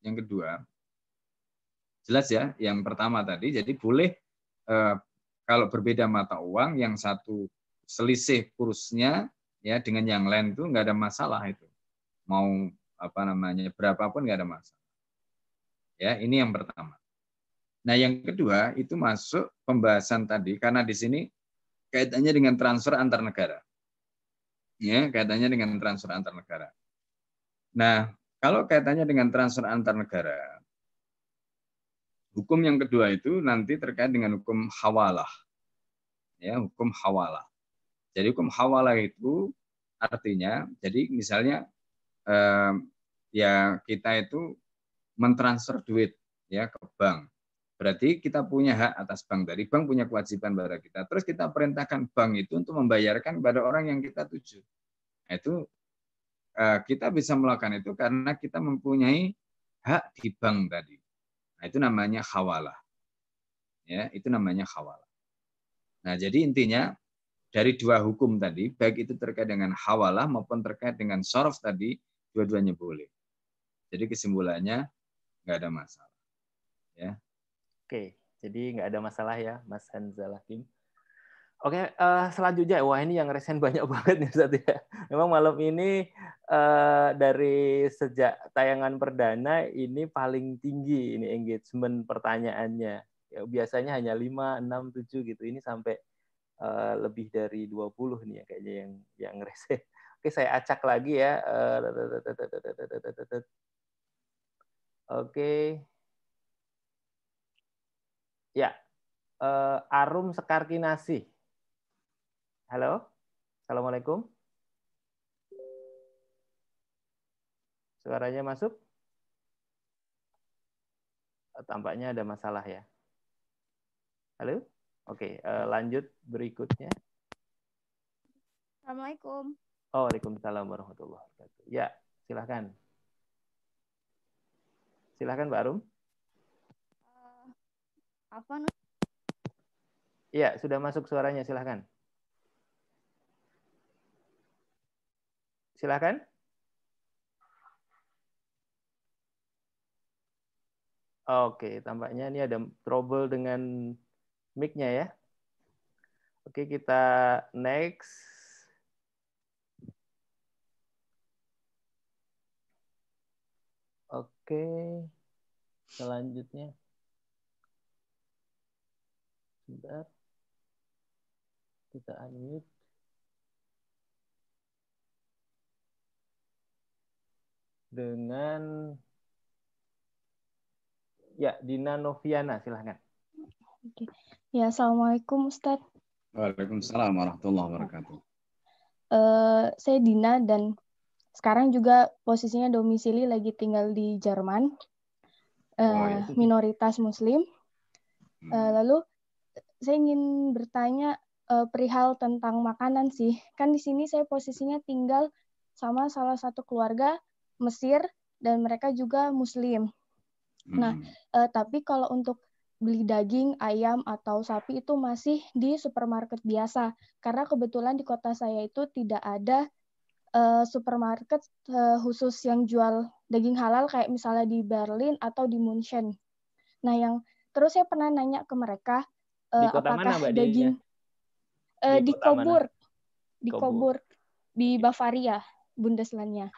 jelas ya yang pertama tadi jadi boleh kalau berbeda mata uang, yang satu selisih kursnya ya dengan yang lain itu nggak ada masalah itu. Mau berapapun nggak ada masalah. Ya, ini yang pertama. Nah, yang kedua itu masuk pembahasan tadi karena di sini kaitannya dengan transfer antar negara. Ya, kaitannya dengan transfer antar negara. Nah, kalau kaitannya dengan transfer antar negara, hukum yang kedua itu nanti terkait dengan hukum hawalah. Ya, hukum hawalah. Jadi hukum hawalah itu artinya, jadi misalnya ya kita itu mentransfer duit ya ke bank. Berarti kita punya hak atas bank, dari bank punya kewajiban pada kita. Terus kita perintahkan bank itu untuk membayarkan pada orang yang kita tuju. Nah, itu kita bisa melakukan itu karena kita mempunyai hak di bank tadi. Nah, itu namanya hawalah. Ya, itu namanya hawalah. Nah, jadi intinya dari dua hukum tadi, baik itu terkait dengan hawalah maupun terkait dengan sorof tadi, dua-duanya boleh. Jadi kesimpulannya nggak ada masalah. Ya. Oke, jadi nggak ada masalah ya, Mas Hanzal Hakim. Oke, selanjutnya, wah ini yang resen banyak banget nih Ustaz ya. Memang malam ini dari sejak tayangan perdana ini paling tinggi ini engagement pertanyaannya. Ya, biasanya hanya 5, 6, 7 gitu. Ini sampai lebih dari 20 nih ya kayaknya yang rese. Oke, saya acak lagi ya. Oke. Ya. Arum Sekarkinasi. Halo. Assalamualaikum. Suaranya masuk? Tampaknya ada masalah ya. Halo? Oke, lanjut berikutnya. Assalamualaikum. Oh, waalaikumsalam warahmatullahi wabarakatuh. Ya, silahkan. Silahkan, Mbak Arum. Apa? Ya, sudah masuk suaranya, silahkan. Silahkan. Oke, tampaknya ini ada trouble dengan mic-nya ya. Oke, kita next. Oke, selanjutnya. Sebentar. Kita unmute. Dengan ya, Dina Noviana, silahkan. Oke. Ya, Assalamualaikum Ustadz. Waalaikumsalam warahmatullahi wabarakatuh. Saya Dina dan sekarang juga posisinya domisili lagi tinggal di Jerman, minoritas Muslim. Lalu saya ingin bertanya perihal tentang makanan sih. Kan di sini saya posisinya tinggal sama salah satu keluarga Mesir dan mereka juga Muslim. Nah, tapi kalau untuk beli daging, ayam, atau sapi itu masih di supermarket biasa. Karena kebetulan di kota saya itu tidak ada supermarket khusus yang jual daging halal kayak misalnya di Berlin atau di München. Nah, terus saya pernah nanya ke mereka apakah mana, Mbak, daging di Coburg, di Coburg, di Bavaria, Bundeslandnya.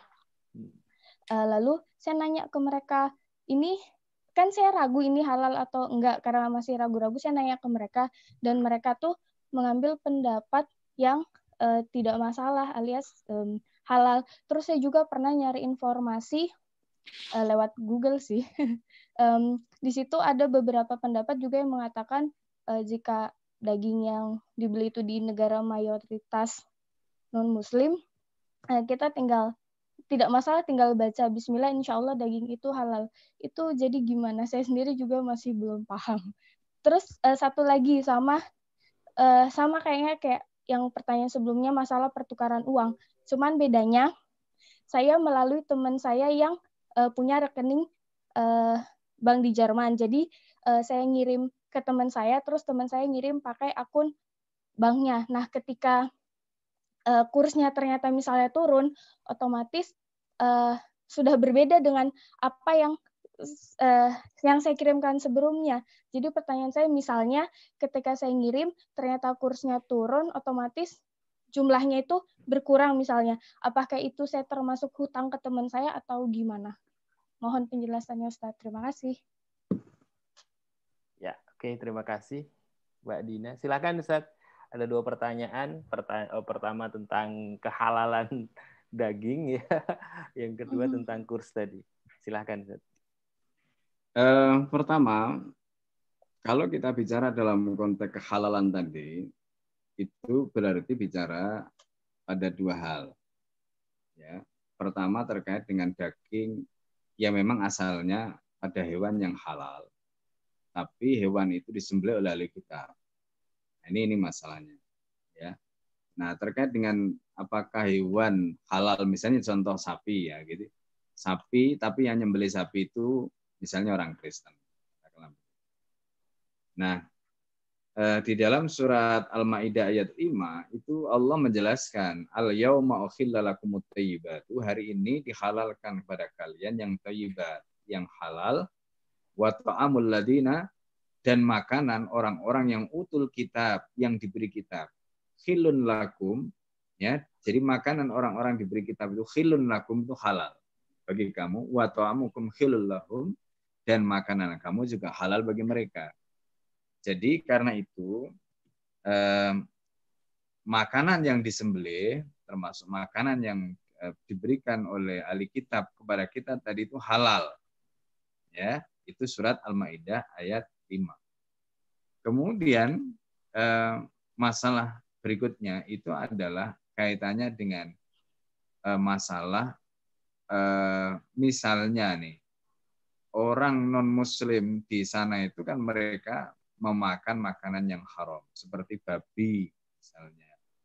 Lalu saya nanya ke mereka, ini kan saya ragu ini halal atau enggak karena masih ragu-ragu. Saya nanya ke mereka dan mereka tuh mengambil pendapat yang tidak masalah alias halal. Terus saya juga pernah nyari informasi lewat Google sih. Di situ ada beberapa pendapat juga yang mengatakan jika daging yang dibeli itu di negara mayoritas non-Muslim, kita tidak masalah tinggal baca Bismillah, insya Allah daging itu halal. Itu jadi gimana? Saya sendiri juga masih belum paham. Terus satu lagi sama kayaknya kayak yang pertanyaan sebelumnya masalah pertukaran uang. Cuman bedanya saya melalui teman saya yang punya rekening bank di Jerman. Jadi saya ngirim ke teman saya, terus teman saya ngirim pakai akun banknya. Nah, ketika kursnya ternyata misalnya turun, otomatis sudah berbeda dengan apa yang saya kirimkan sebelumnya. Jadi pertanyaan saya misalnya ketika saya ngirim ternyata kursnya turun, otomatis jumlahnya itu berkurang misalnya. Apakah itu saya termasuk hutang ke teman saya atau gimana? Mohon penjelasannya Ustaz. Terima kasih. Ya, oke, terima kasih Mbak Dina. Silakan Ustaz. Ada 2 pertanyaan. Pertama tentang kehalalan daging ya. Yang kedua tentang kurs tadi. Silakan Ustaz. Pertama, kalau kita bicara dalam konteks kehalalan tadi, itu berarti bicara ada 2 hal. Ya. Pertama terkait dengan daging yang memang asalnya ada hewan yang halal, tapi hewan itu disembelih oleh ahli kitab. Ini masalahnya. Ya. Nah, terkait dengan apakah hewan halal, misalnya contoh sapi ya, gitu. Sapi, tapi yang nyembelih sapi itu misalnya orang Kristen. Nah, di dalam surat Al-Maidah ayat 5 itu Allah menjelaskan al-yauma ukhilla lakumut thayyibatu, hari ini dihalalkan kepada kalian yang thayyibat, yang halal, wa ta'amul ladina, dan makanan orang-orang yang utul kitab, yang diberi kitab. Khilun lakum, ya. Jadi makanan orang-orang diberi kitab itu khilun lakum, itu halal bagi kamu, wa ta'amukum khilul lahum, dan makanan kamu juga halal bagi mereka. Jadi karena itu makanan yang disembelih, termasuk makanan yang diberikan oleh ahli kitab kepada kita tadi itu halal. Ya, itu surat Al-Maidah ayat 5. Kemudian masalah berikutnya itu adalah kaitannya dengan masalah misalnya nih, orang non-muslim di sana itu kan mereka memakan makanan yang haram, seperti babi misalnya.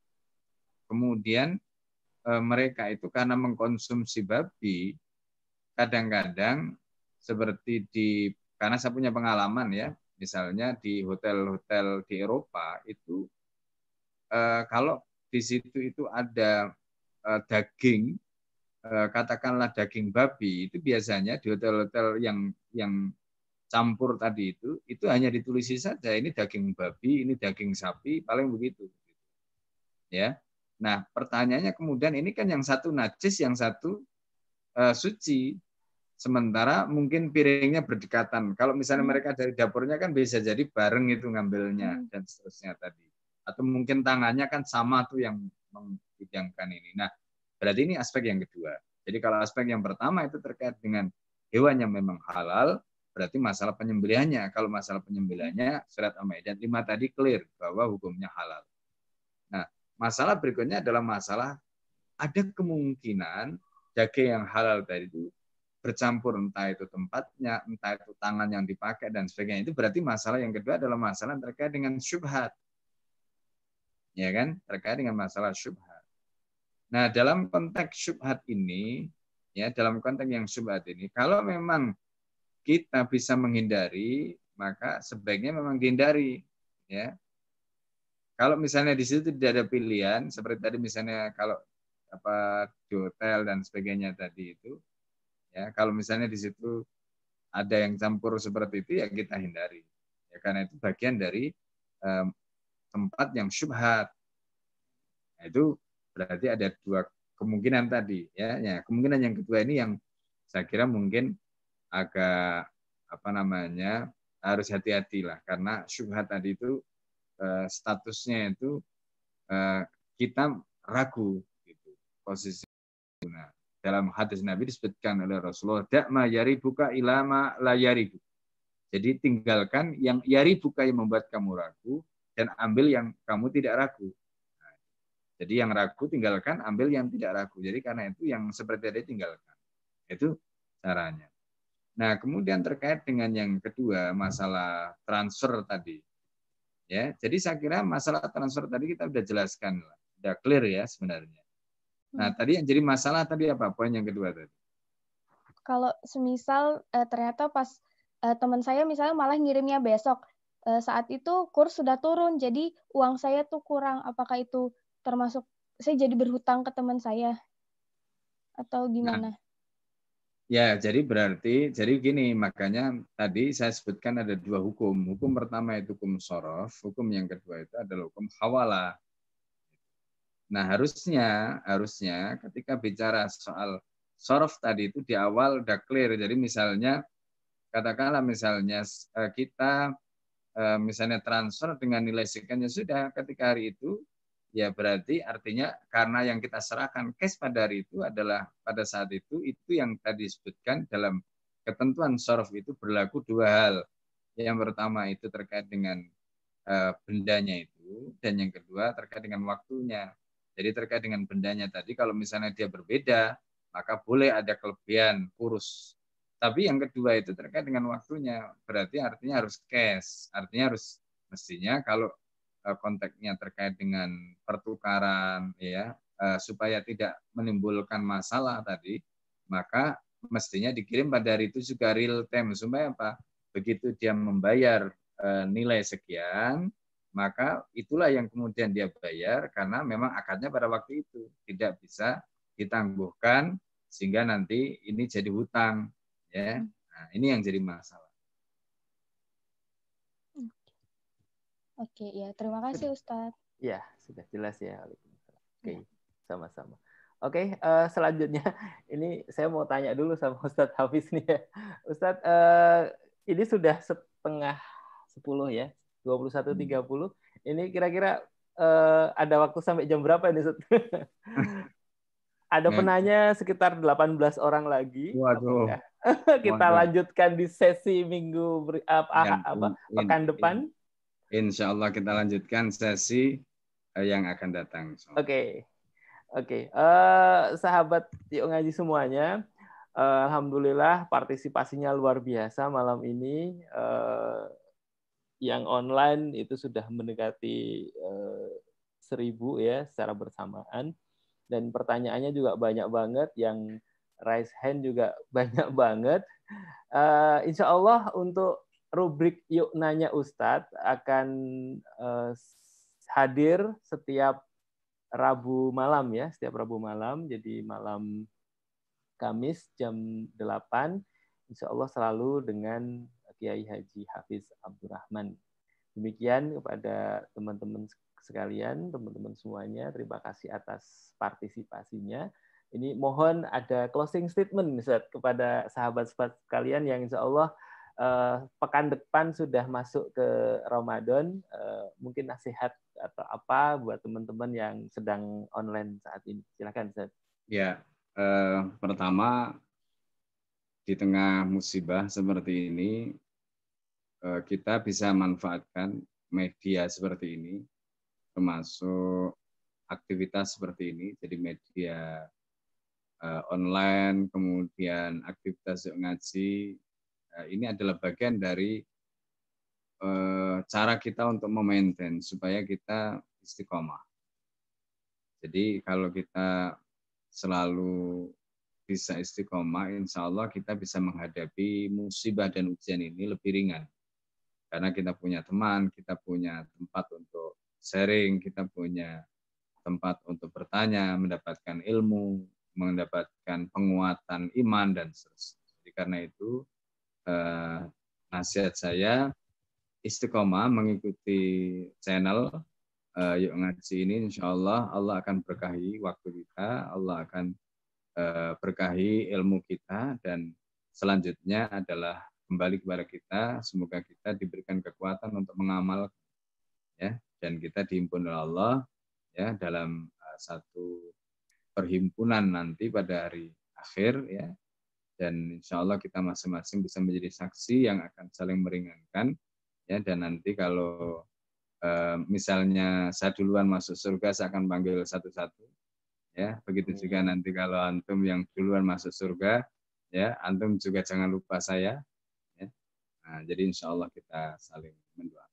Kemudian mereka itu karena mengkonsumsi babi, kadang-kadang seperti karena saya punya pengalaman ya, misalnya di hotel-hotel di Eropa itu, kalau di situ itu ada daging, katakanlah daging babi, itu biasanya di hotel-hotel yang campur tadi itu hanya ditulisi saja ini daging babi, ini daging sapi, paling begitu. Ya. Nah, pertanyaannya kemudian ini kan yang satu najis, yang satu suci. Sementara mungkin piringnya berdekatan. Kalau misalnya mereka dari dapurnya kan bisa jadi bareng itu ngambilnya dan seterusnya tadi. Atau mungkin tangannya kan sama tuh yang menghidangkan ini. Nah, berarti ini aspek yang kedua. Jadi kalau aspek yang pertama itu terkait dengan hewan yang memang halal, berarti masalah penyembelihannya. Kalau masalah penyembelihannya, surat Al-Maidah 5 tadi clear bahwa hukumnya halal. Nah, masalah berikutnya adalah masalah ada kemungkinan daging yang halal tadi itu bercampur, entah itu tempatnya, entah itu tangan yang dipakai dan sebagainya. Itu berarti masalah yang kedua adalah masalah terkait dengan syubhat. Ya kan? Terkait dengan masalah syubhat. Nah, dalam konteks syubhat ini, ya, dalam konteks yang syubhat ini, kalau memang kita bisa menghindari, maka sebaiknya memang dihindari, ya. Kalau misalnya di situ tidak ada pilihan, seperti tadi misalnya kalau di hotel dan sebagainya tadi itu, ya, kalau misalnya di situ ada yang campur seperti itu, ya kita hindari. Ya, karena itu bagian dari tempat yang syubhat. Nah, itu berarti ada dua kemungkinan tadi, ya. Ya, kemungkinan yang kedua ini yang saya kira mungkin agak harus hati-hati lah, karena syubhat tadi itu statusnya itu kita ragu gitu, posisi. Nah, dalam hadis Nabi disebutkan oleh Rasulullah, "Da'ma yaribuka ilama la yaribu." Jadi tinggalkan yang yaribuka yang membuat kamu ragu dan ambil yang kamu tidak ragu. Nah, jadi yang ragu tinggalkan, ambil yang tidak ragu. Jadi karena itu yang seperti tadi tinggalkan. Itu caranya. Nah, kemudian terkait dengan yang kedua, masalah transfer tadi. Ya, jadi saya kira masalah transfer tadi kita sudah jelaskan, sudah clear ya sebenarnya. Nah, tadi yang jadi masalah tadi apa? Poin yang kedua tadi. Kalau semisal ternyata pas teman saya misalnya malah ngirimnya besok, saat itu kurs sudah turun, jadi uang saya tuh kurang. Apakah itu termasuk saya jadi berhutang ke teman saya atau gimana? Nah, ya, jadi berarti, jadi gini, makanya tadi saya sebutkan ada dua hukum. Hukum pertama itu hukum shorof, hukum yang kedua itu adalah hukum hawalah. Nah, harusnya ketika bicara soal shorof tadi itu di awal udah clear. Jadi misalnya, katakanlah misalnya kita misalnya transfer dengan nilai sekian, ya sudah ketika hari itu, ya berarti artinya karena yang kita serahkan cash pada hari itu adalah pada saat itu yang tadi disebutkan dalam ketentuan shorof itu berlaku dua hal. Yang pertama itu terkait dengan bendanya itu, dan yang kedua terkait dengan waktunya. Jadi terkait dengan bendanya tadi, kalau misalnya dia berbeda, maka boleh ada kelebihan kurs. Tapi yang kedua itu terkait dengan waktunya, berarti artinya harus cash. Artinya harus mestinya kalau konteksnya terkait dengan pertukaran, ya, supaya tidak menimbulkan masalah tadi, maka mestinya dikirim pada hari itu juga real time, supaya apa? Begitu dia membayar nilai sekian, maka itulah yang kemudian dia bayar karena memang akadnya pada waktu itu, tidak bisa ditangguhkan sehingga nanti ini jadi hutang, ya. Nah, ini yang jadi masalah. Oke, ya, terima kasih Ustadz. Ya, sudah jelas ya. Oke, sama-sama. Oke, selanjutnya ini saya mau tanya dulu sama Ustadz Hafiz nih ya. Ustadz, ini sudah 9:30 ya. 21.30. Ini kira-kira ada waktu sampai jam berapa ini, Ustaz? Ada penanya sekitar 18 orang lagi. Waduh. Kita lanjutkan di sesi minggu pekan depan. Insya Allah kita lanjutkan sesi yang akan datang. Oke. Sahabat Yuk Ngaji semuanya, alhamdulillah partisipasinya luar biasa malam ini. Yang online itu sudah mendekati 1.000 ya secara bersamaan, dan pertanyaannya juga banyak banget, yang raise hand juga banyak banget. Insya Allah untuk rubrik Yuk Nanya Ustadz akan hadir setiap Rabu malam ya, setiap Rabu malam, jadi malam Kamis jam 8, insya Allah selalu dengan Kiai Haji Hafiz Abdurrahman. Demikian kepada teman-teman sekalian, teman-teman semuanya, terima kasih atas partisipasinya. Ini mohon ada closing statement Ustaz, kepada sahabat-sahabat sekalian yang insya Allah pekan depan sudah masuk ke Ramadan. Mungkin nasihat atau apa buat teman-teman yang sedang online saat ini. Silakan Ustaz. Ya, pertama di tengah musibah seperti ini, kita bisa manfaatkan media seperti ini, termasuk aktivitas seperti ini, jadi media online, kemudian aktivitas Yuk Ngaji, ini adalah bagian dari cara kita untuk memaintain supaya kita istiqomah. Jadi kalau kita selalu bisa istiqomah, insya Allah kita bisa menghadapi musibah dan ujian ini lebih ringan. Karena kita punya teman, kita punya tempat untuk sharing, kita punya tempat untuk bertanya, mendapatkan ilmu, mendapatkan penguatan iman, dan seterusnya. Jadi karena itu, nasihat saya, istiqomah mengikuti channel Yuk Ngaji ini, insya Allah akan berkahi waktu kita, Allah akan berkahi ilmu kita, dan selanjutnya adalah kembali kepada kita. Semoga kita diberikan kekuatan untuk mengamal, ya, dan kita dihimpun oleh Allah ya dalam satu perhimpunan nanti pada hari akhir, ya, dan insya Allah kita masing-masing bisa menjadi saksi yang akan saling meringankan, ya, dan nanti kalau misalnya saya duluan masuk surga, saya akan panggil satu-satu, ya, begitu juga nanti kalau antum yang duluan masuk surga, ya, antum juga jangan lupa saya, ya. Nah, jadi insya Allah kita saling mendoakan.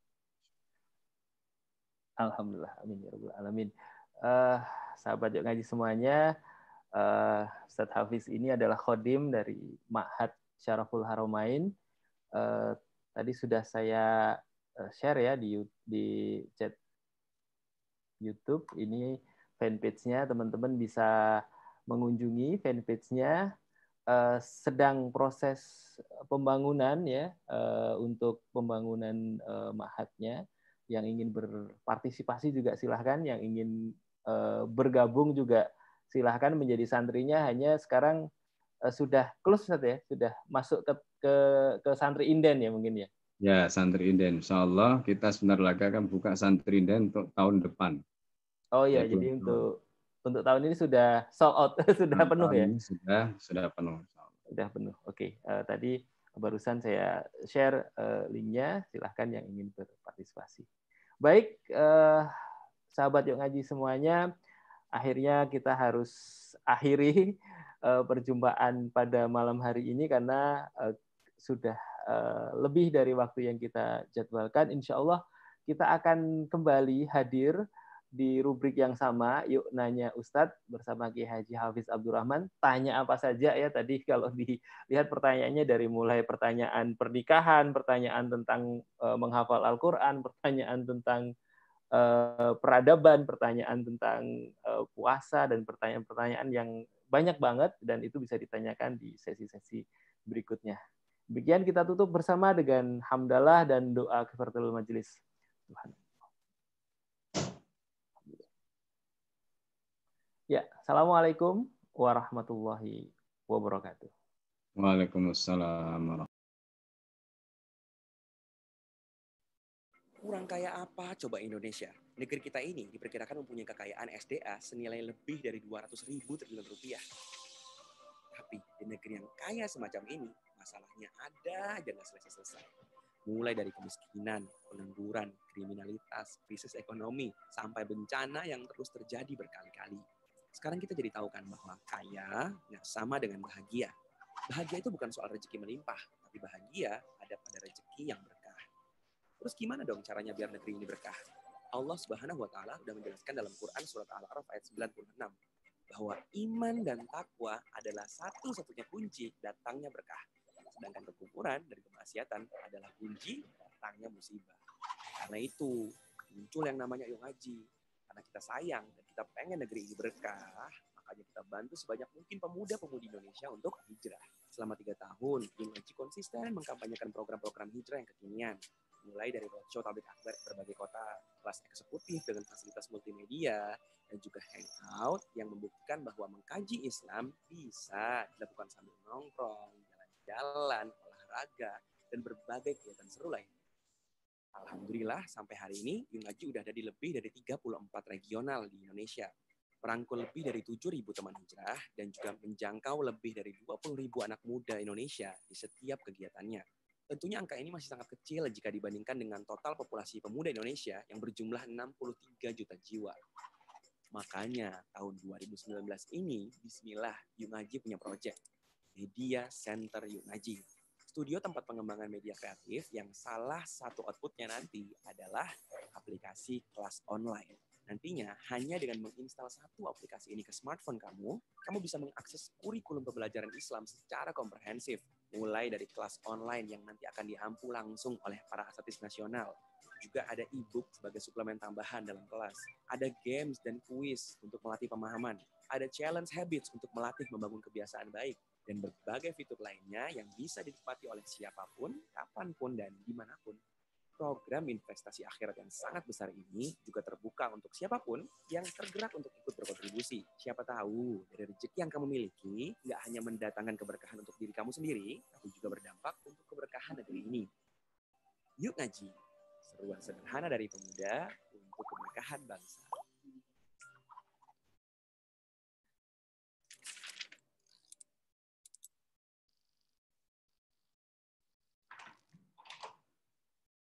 Alhamdulillah, amin ya rabbal alamin. Sahabat Yuk Ngaji semuanya, Ustadz Hafiz ini adalah khodim dari Ma'had Syaraful Haramain. Tadi sudah saya share ya di chat YouTube. Ini fanpage-nya, teman-teman bisa mengunjungi fanpage-nya. Sedang proses pembangunan ya, untuk pembangunan ma'hadnya. Yang ingin berpartisipasi juga silahkan, yang ingin bergabung juga silahkan menjadi santrinya. Hanya sekarang sudah close ya, sudah masuk ke santri inden ya mungkin ya. Ya, santri inden. Insya Allah kita sebentar lagi akan buka santri inden untuk tahun depan. Oh iya, jadi untuk tahun ini sudah sold out, sudah penuh ya? Sudah penuh. Sudah penuh. Oke, tadi barusan saya share linknya, silahkan yang ingin berpartisipasi. Baik, sahabat Yuk Ngaji semuanya, akhirnya kita harus akhiri perjumpaan pada malam hari ini karena sudah lebih dari waktu yang kita jadwalkan. Insya Allah kita akan kembali hadir di rubrik yang sama, Yuk Nanya Ustadz bersama Kiai Haji Hafiz Abdurrahman. Tanya apa saja ya, tadi kalau dilihat pertanyaannya dari mulai pertanyaan pernikahan, pertanyaan tentang menghafal Al-Quran, pertanyaan tentang peradaban, pertanyaan tentang puasa, dan pertanyaan-pertanyaan yang banyak banget, dan itu bisa ditanyakan di sesi-sesi berikutnya. Demikian kita tutup bersama dengan hamdalah dan doa kifaratul majelis. Tuhan. Ya, assalamualaikum warahmatullahi wabarakatuh. Waalaikumsalam warahmatullahi wabarakatuh. Kurang kaya apa coba Indonesia? Negeri kita ini diperkirakan mempunyai kekayaan SDA senilai lebih dari 200.000 triliun rupiah. Tapi di negeri yang kaya semacam ini, masalahnya ada aja nggak selesai-selesai. Mulai dari kemiskinan, pengangguran, kriminalitas, krisis ekonomi, sampai bencana yang terus terjadi berkali-kali. Sekarang kita jadi tahu kan bahwa kaya nggak sama dengan bahagia. Bahagia itu bukan soal rezeki melimpah, tapi bahagia ada pada rezeki yang berkah. Terus gimana dong caranya biar negeri ini berkah? Allah Subhanahu wa taala sudah menjelaskan dalam Quran surat Al-A'raf ayat 96 bahwa iman dan takwa adalah satu-satunya kunci datangnya berkah. Sedangkan kekufuran dan kemaksiatan adalah kunci datangnya musibah. Karena itu muncul yang namanya Ayo Ngaji. Karena kita sayang dan kita pengen negeri ini berkah, makanya kita bantu sebanyak mungkin pemuda-pemudi Indonesia untuk hijrah. Selama 3 tahun, Ayo Ngaji konsisten mengkampanyekan program-program hijrah yang kekinian. Mulai dari roadshow tablik akbar ke berbagai kota, kelas eksekutif dengan fasilitas multimedia, dan juga hangout yang membuktikan bahwa mengkaji Islam bisa dilakukan sambil nongkrong, jalan-jalan, olahraga, dan berbagai kegiatan seru lain. Alhamdulillah sampai hari ini Ayo Ngaji udah ada di lebih dari 34 regional di Indonesia. Merangkul lebih dari 7.000 teman hijrah dan juga menjangkau lebih dari 20.000 anak muda Indonesia di setiap kegiatannya. Tentunya angka ini masih sangat kecil jika dibandingkan dengan total populasi pemuda Indonesia yang berjumlah 63 juta jiwa. Makanya tahun 2019 ini, bismillah, Ayo Ngaji punya proyek, Media Center Ayo Ngaji. Studio tempat pengembangan media kreatif yang salah satu outputnya nanti adalah aplikasi kelas online. Nantinya, hanya dengan menginstal satu aplikasi ini ke smartphone kamu bisa mengakses kurikulum pembelajaran Islam secara komprehensif. Mulai dari kelas online yang nanti akan diampu langsung oleh para asatidz nasional. Juga ada e-book sebagai suplemen tambahan dalam kelas. Ada games dan kuis untuk melatih pemahaman. Ada challenge habits untuk melatih membangun kebiasaan baik. Dan berbagai fitur lainnya yang bisa dinikmati oleh siapapun, kapanpun, dan dimanapun. Program investasi akhirat yang sangat besar ini juga terbuka untuk siapapun yang tergerak untuk ikut berkontribusi. Siapa tahu dari rezeki yang kamu miliki nggak hanya mendatangkan keberkahan untuk diri kamu sendiri, tapi juga berdampak untuk keberkahan negeri ini. Yuk Ngaji, seruan sederhana dari pemuda untuk keberkahan bangsa.